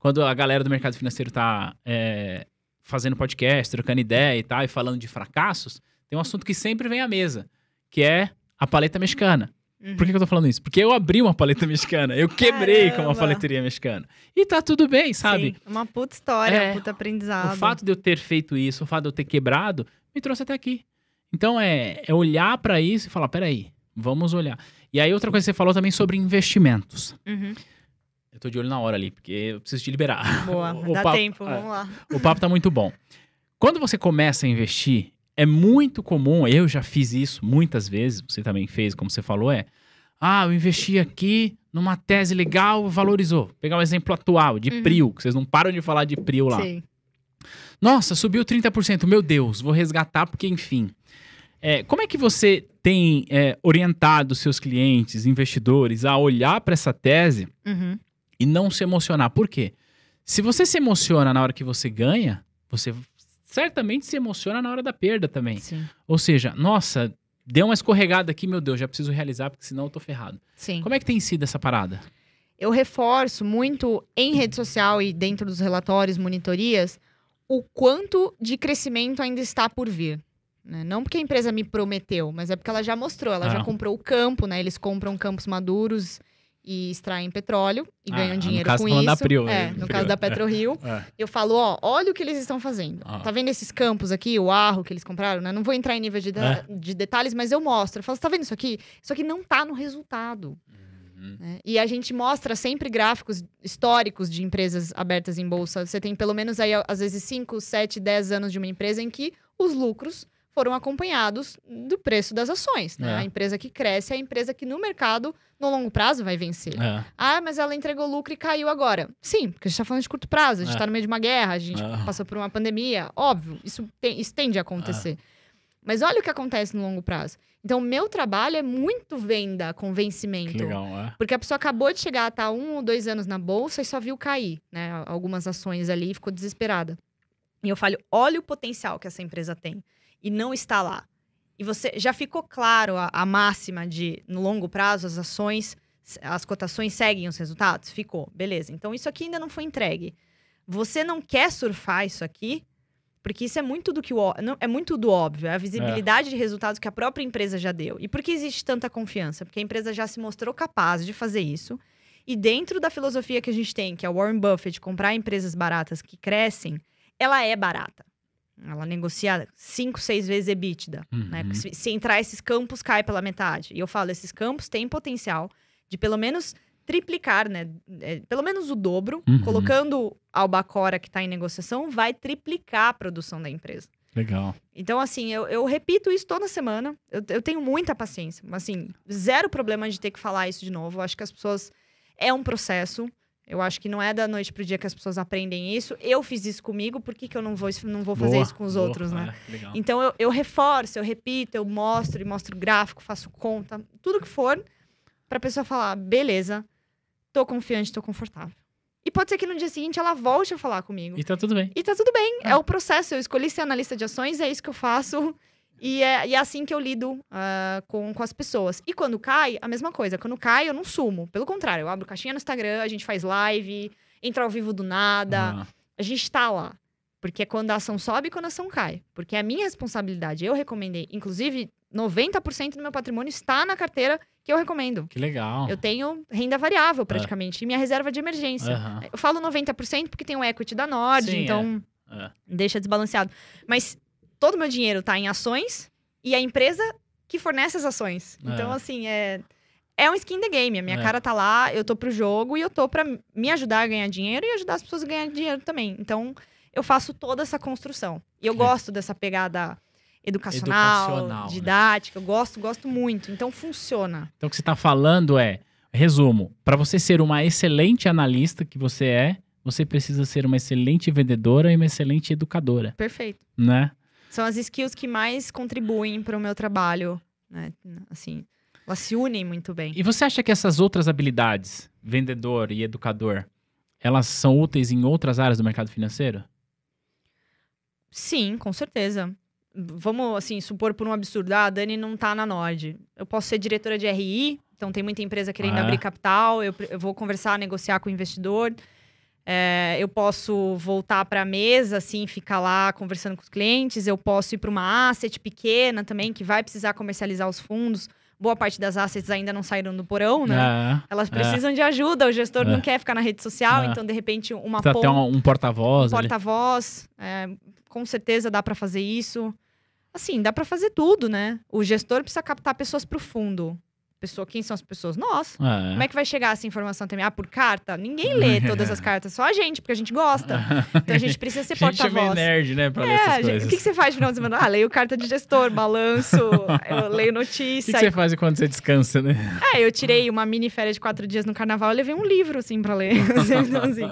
quando a galera do mercado financeiro tá é, fazendo podcast, trocando ideia e tal, e falando de fracassos, tem um assunto que sempre vem à mesa, que é a paleta mexicana. Uhum. Por que, que eu tô falando isso? Porque eu abri uma paleta mexicana. Eu quebrei com uma Caramba. paleteria mexicana. E tá tudo bem, sabe? Sim, uma puta história, É, um puta aprendizado. O fato de eu ter feito isso, o fato de eu ter quebrado, me trouxe até aqui. Então, é, é olhar pra isso e falar, peraí, vamos olhar. E aí, outra coisa que você falou também sobre investimentos. Uhum. Eu tô de olho na hora ali, porque eu preciso te liberar. Boa, O- o dá papo- tempo, é. vamos lá. O papo tá muito bom. Quando você começa a investir, é muito comum, eu já fiz isso muitas vezes, você também fez, como você falou, é... Ah, eu investi aqui numa tese legal, valorizou. Vou pegar um exemplo atual, de Uhum. Prio, que vocês não param de falar de Prio lá. Sim. Nossa, subiu trinta por cento, meu Deus, vou resgatar porque, enfim. É, como é que você tem é, orientado seus clientes, investidores, a olhar para essa tese Uhum. e não se emocionar? Por quê? Se você se emociona na hora que você ganha, você certamente se emociona na hora da perda também. Sim. Ou seja, nossa, deu uma escorregada aqui, meu Deus, já preciso realizar, porque senão eu tô ferrado. Sim. Como é que tem sido essa parada? Eu reforço muito em rede social e dentro dos relatórios, monitorias, o quanto de crescimento ainda está por vir. Né? Não porque a empresa me prometeu, mas é porque ela já mostrou, ela Ah. já comprou o campo, né? Eles compram campos maduros e extraem petróleo e Ah, ganham no dinheiro caso, com falando da isso. Prio, é, né? no Prio. caso da PetroRio. É. Eu falo, ó, olha o que eles estão fazendo. Ah. Tá vendo esses campos aqui, o arro que eles compraram, né? Não vou entrar em nível de, de- É. de detalhes, mas eu mostro. Eu falo, você tá vendo isso aqui? Isso aqui não tá no resultado. Uhum. Né? E a gente mostra sempre gráficos históricos de empresas abertas em bolsa. Você tem pelo menos aí, às vezes, cinco, sete, dez anos de uma empresa em que os lucros foram acompanhados do preço das ações. Né? É. A empresa que cresce é a empresa que no mercado, no longo prazo, vai vencer. É. Ah, mas ela entregou lucro e caiu agora. Sim, porque a gente tá falando de curto prazo, a gente É. tá no meio de uma guerra, a gente É. passou por uma pandemia. Óbvio, isso, tem, isso tende a acontecer. Mas olha o que acontece no longo prazo. Então, o meu trabalho é muito venda, Que convencimento. legal, é. Porque a pessoa acabou de chegar, tá um ou dois anos na bolsa e só viu cair, né? Algumas ações ali e ficou desesperada. E eu falo, olha o potencial que essa empresa tem. E não está lá. E você já ficou claro a, a máxima de, no longo prazo, as ações, as cotações seguem os resultados? Ficou, beleza. Então, isso aqui ainda não foi entregue. Você não quer surfar isso aqui, porque isso é muito do que o, ó- não, é muito do óbvio, é a visibilidade de resultados que a própria empresa já deu. E por que existe tanta confiança? Porque a empresa já se mostrou capaz de fazer isso. E dentro da filosofia que a gente tem, que é o Warren Buffett, comprar empresas baratas que crescem, ela é barata. Ela negocia cinco, seis vezes EBITDA. Né? Uhum. Se, se entrar esses campos, cai pela metade. E eu falo, esses campos têm potencial de pelo menos triplicar, né? É, pelo menos o dobro. Uhum. Colocando a Albacora, que está em negociação, vai triplicar a produção da empresa. Legal. Então, assim, eu, eu repito isso toda semana. Eu, eu tenho muita paciência. Assim, zero problema de ter que falar isso de novo. Eu acho que as pessoas... É um processo. Eu acho que não é da noite pro dia que as pessoas aprendem isso. Eu fiz isso comigo, por que, que eu não vou, não vou fazer Boa, isso com os boa, outros, né? é, legal. Então, eu, eu reforço, eu repito, eu mostro, e mostro gráfico, faço conta, tudo que for, pra pessoa falar, beleza, tô confiante, tô confortável. E pode ser que no dia seguinte ela volte a falar comigo. E tá tudo bem. E tá tudo bem, Ah. é o processo. Eu escolhi ser analista de ações, é isso que eu faço. E é, e é assim que eu lido ah, com, com as pessoas. E quando cai, a mesma coisa. Quando cai, eu não sumo. Pelo contrário, eu abro caixinha no Instagram, a gente faz live, entra ao vivo do nada. Ah, A gente tá lá. Porque é quando a ação sobe e quando a ação cai. Porque é a minha responsabilidade. Eu recomendei. Inclusive, noventa por cento do meu patrimônio está na carteira que eu recomendo. que legal. Eu tenho renda variável, praticamente. E minha reserva de emergência. Aham. Eu falo noventa por cento porque tem o equity da Nord, Sim, então É. deixa desbalanceado. Mas todo o meu dinheiro tá em ações e a empresa que fornece as ações. É. Então, assim, é... É um skin the game. A minha É. cara tá lá, eu tô pro jogo e eu tô pra me ajudar a ganhar dinheiro e ajudar as pessoas a ganhar dinheiro também. Então, eu faço toda essa construção. E eu Que gosto dessa pegada educacional, Educacional, né? didática. Eu gosto, gosto muito. Então, funciona. Então, o que você tá falando é, resumo, para você ser uma excelente analista que você é, você precisa ser uma excelente vendedora e uma excelente educadora, Perfeito. né? São as skills que mais contribuem para o meu trabalho, né? Assim, elas se unem muito bem. E você acha que essas outras habilidades, vendedor e educador, elas são úteis em outras áreas do mercado financeiro? Sim, com certeza. Vamos, assim, supor por um absurdo, ah, a Dani não tá na Nord. Eu posso ser diretora de R I, então tem muita empresa querendo Ah, é? abrir capital, eu, pre- eu vou conversar, negociar com o investidor. É, eu posso voltar para a mesa, assim, ficar lá conversando com os clientes. Eu posso ir para uma asset pequena também, que vai precisar comercializar os fundos. Boa parte das assets ainda não saíram do porão, né? É, Elas é. precisam de ajuda. O gestor É. não quer ficar na rede social, É. então, de repente, uma Precisa ter ponta, um, um porta-voz um ali. porta-voz. É, com certeza dá para fazer isso. Assim, dá para fazer tudo, né? O gestor precisa captar pessoas para o fundo. Pessoa, quem são as pessoas? Nós. É. Como é que vai chegar essa informação também? Ah, por carta? Ninguém lê todas as cartas, só a gente, porque a gente gosta. Então a gente precisa ser A gente é meio porta-voz. nerd, né, pra ler É, essas gente, coisas. o que, que você faz no final de semana? Ah, leio carta de gestor, balanço, eu leio O notícia. que, que você faz quando você descansa, né? É, eu tirei uma mini férias de quatro dias no carnaval e levei um livro, assim, pra ler. Então, assim,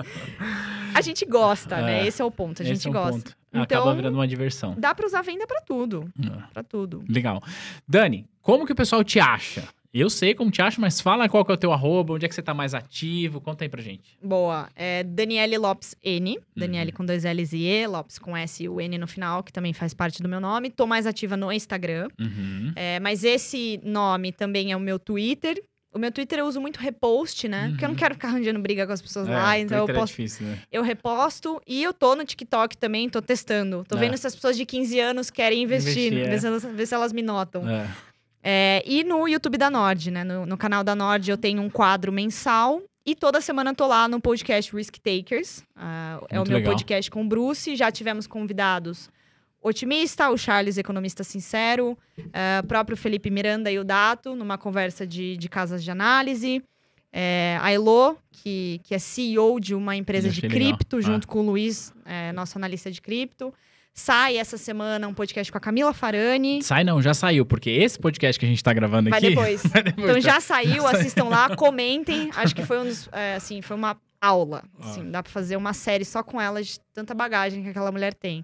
a gente gosta, né? É, Esse é o ponto, a gente Esse é um gosta. ponto. Então, Acaba virando uma diversão. dá pra usar venda pra tudo. É. Pra tudo. Legal. Dani, como que o pessoal te acha? Eu sei como te acha, mas fala qual que é o teu arroba, onde é que você tá mais ativo, conta aí pra gente. Boa. É Daniele Lopes N. Daniele Uhum. com dois L's e E, Lopes com S e o N no final, que também faz parte do meu nome. Tô mais ativa no Instagram. Uhum. É, mas esse nome também é o meu Twitter. O meu Twitter eu uso muito repost, né? Uhum. Porque eu não quero ficar arranjando briga com as pessoas É, lá. Então eu Twitter é posto. difícil, né? Eu reposto e eu tô no TikTok também, tô testando. Tô É. vendo se as pessoas de quinze anos querem investir, Investir, é. ver, se elas, ver se elas me notam. É. É, e no YouTube da Nord, né? No, no canal da Nord eu tenho um quadro mensal. E toda semana eu tô lá no podcast Risk Takers. Ah, é o Muito meu legal. podcast com o Bruce. Já tivemos convidados Otimista, o Charles, economista sincero, ah, o próprio Felipe Miranda e o Dato, numa conversa de, de casas de análise. É, a Elo, que, que é C E O de uma empresa Eu de achei legal. cripto, Ah. junto com o Luiz, é, nosso analista de cripto. Sai essa semana um podcast com a Camila Farani. Sai não, já saiu, porque esse podcast que a gente tá gravando Vai aqui... depois. vai depois, Então tá? já saiu, assistam lá, comentem. Acho que foi um dos, é, assim, foi uma aula. Assim, Ah. dá pra fazer uma série só com ela de tanta bagagem que aquela mulher tem.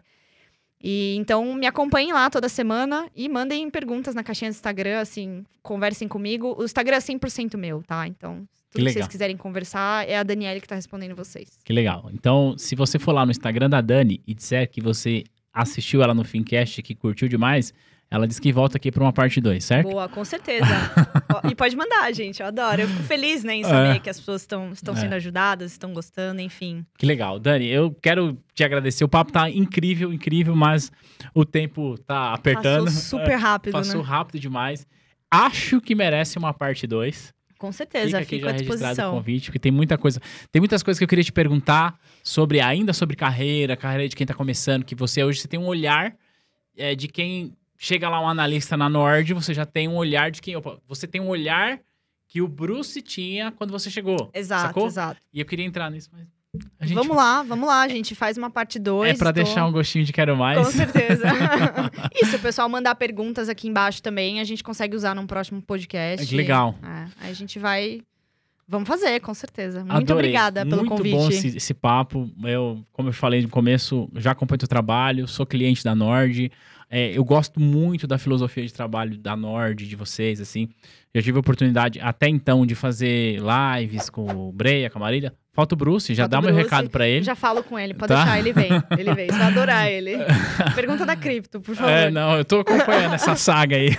E então me acompanhem lá toda semana e mandem perguntas na caixinha do Instagram, assim, conversem comigo. O Instagram é cem por cento meu, tá? Então, tudo que, legal. vocês quiserem conversar, é a Daniele que tá respondendo vocês. Que legal. Então, se você for lá no Instagram da Dani e disser que você assistiu ela no Fincast, que curtiu demais, ela diz que volta aqui pra uma parte dois, certo? Boa, com certeza. Ó, e pode mandar, gente, eu adoro. Eu fico feliz, né, em saber É. que as pessoas estão estão É. sendo ajudadas, estão gostando, enfim. Que legal. Dani, eu quero te agradecer. O papo tá incrível, incrível, mas o tempo tá apertando. Passou super rápido, Passou né? rápido demais. Acho que merece uma parte dois. Com certeza, Fica aqui fico já à registrado o disposição. convite, porque tem muita coisa. Tem muitas coisas que eu queria te perguntar sobre, ainda sobre carreira, carreira de quem tá começando, que você hoje você tem um olhar é, de quem chega lá um analista na Nord, você já tem um olhar de quem. Opa, você tem um olhar que o Bruce tinha quando você chegou. Exato, sacou? exato. E eu queria entrar nisso, mas. A gente Vamos lá, vamos lá, a gente faz uma parte dois. É pra deixar um gostinho de quero mais. Com certeza. E se o pessoal mandar perguntas aqui embaixo também, a gente consegue usar num próximo podcast. Que legal. É, aí a gente vai... Vamos fazer, com certeza. Muito Adorei. obrigada pelo Muito convite. bom esse, esse papo. Eu, como eu falei no começo, já acompanho o teu trabalho, sou cliente da Nord. É, eu gosto muito da filosofia de trabalho da Nord, de vocês, assim. Já tive a oportunidade, até então, de fazer lives com o Breia, com a Marília. Falta o Bruce, já Falta dá o meu Bruce. recado pra ele. Já falo com ele, pode Tá? deixar, ele vem. Ele vem, você vai adorar ele. Pergunta da cripto, por favor. É, não, eu tô acompanhando essa saga aí.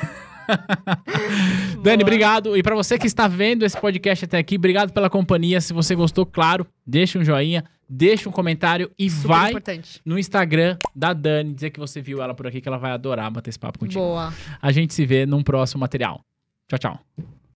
Dani, obrigado. E pra você que está vendo esse podcast até aqui, obrigado pela companhia. Se você gostou, claro, deixa um joinha, deixa um comentário e Super vai importante. no Instagram da Dani dizer que você viu ela por aqui, que ela vai adorar bater esse papo contigo. Boa. A gente se vê num próximo material. Tchau, tchau.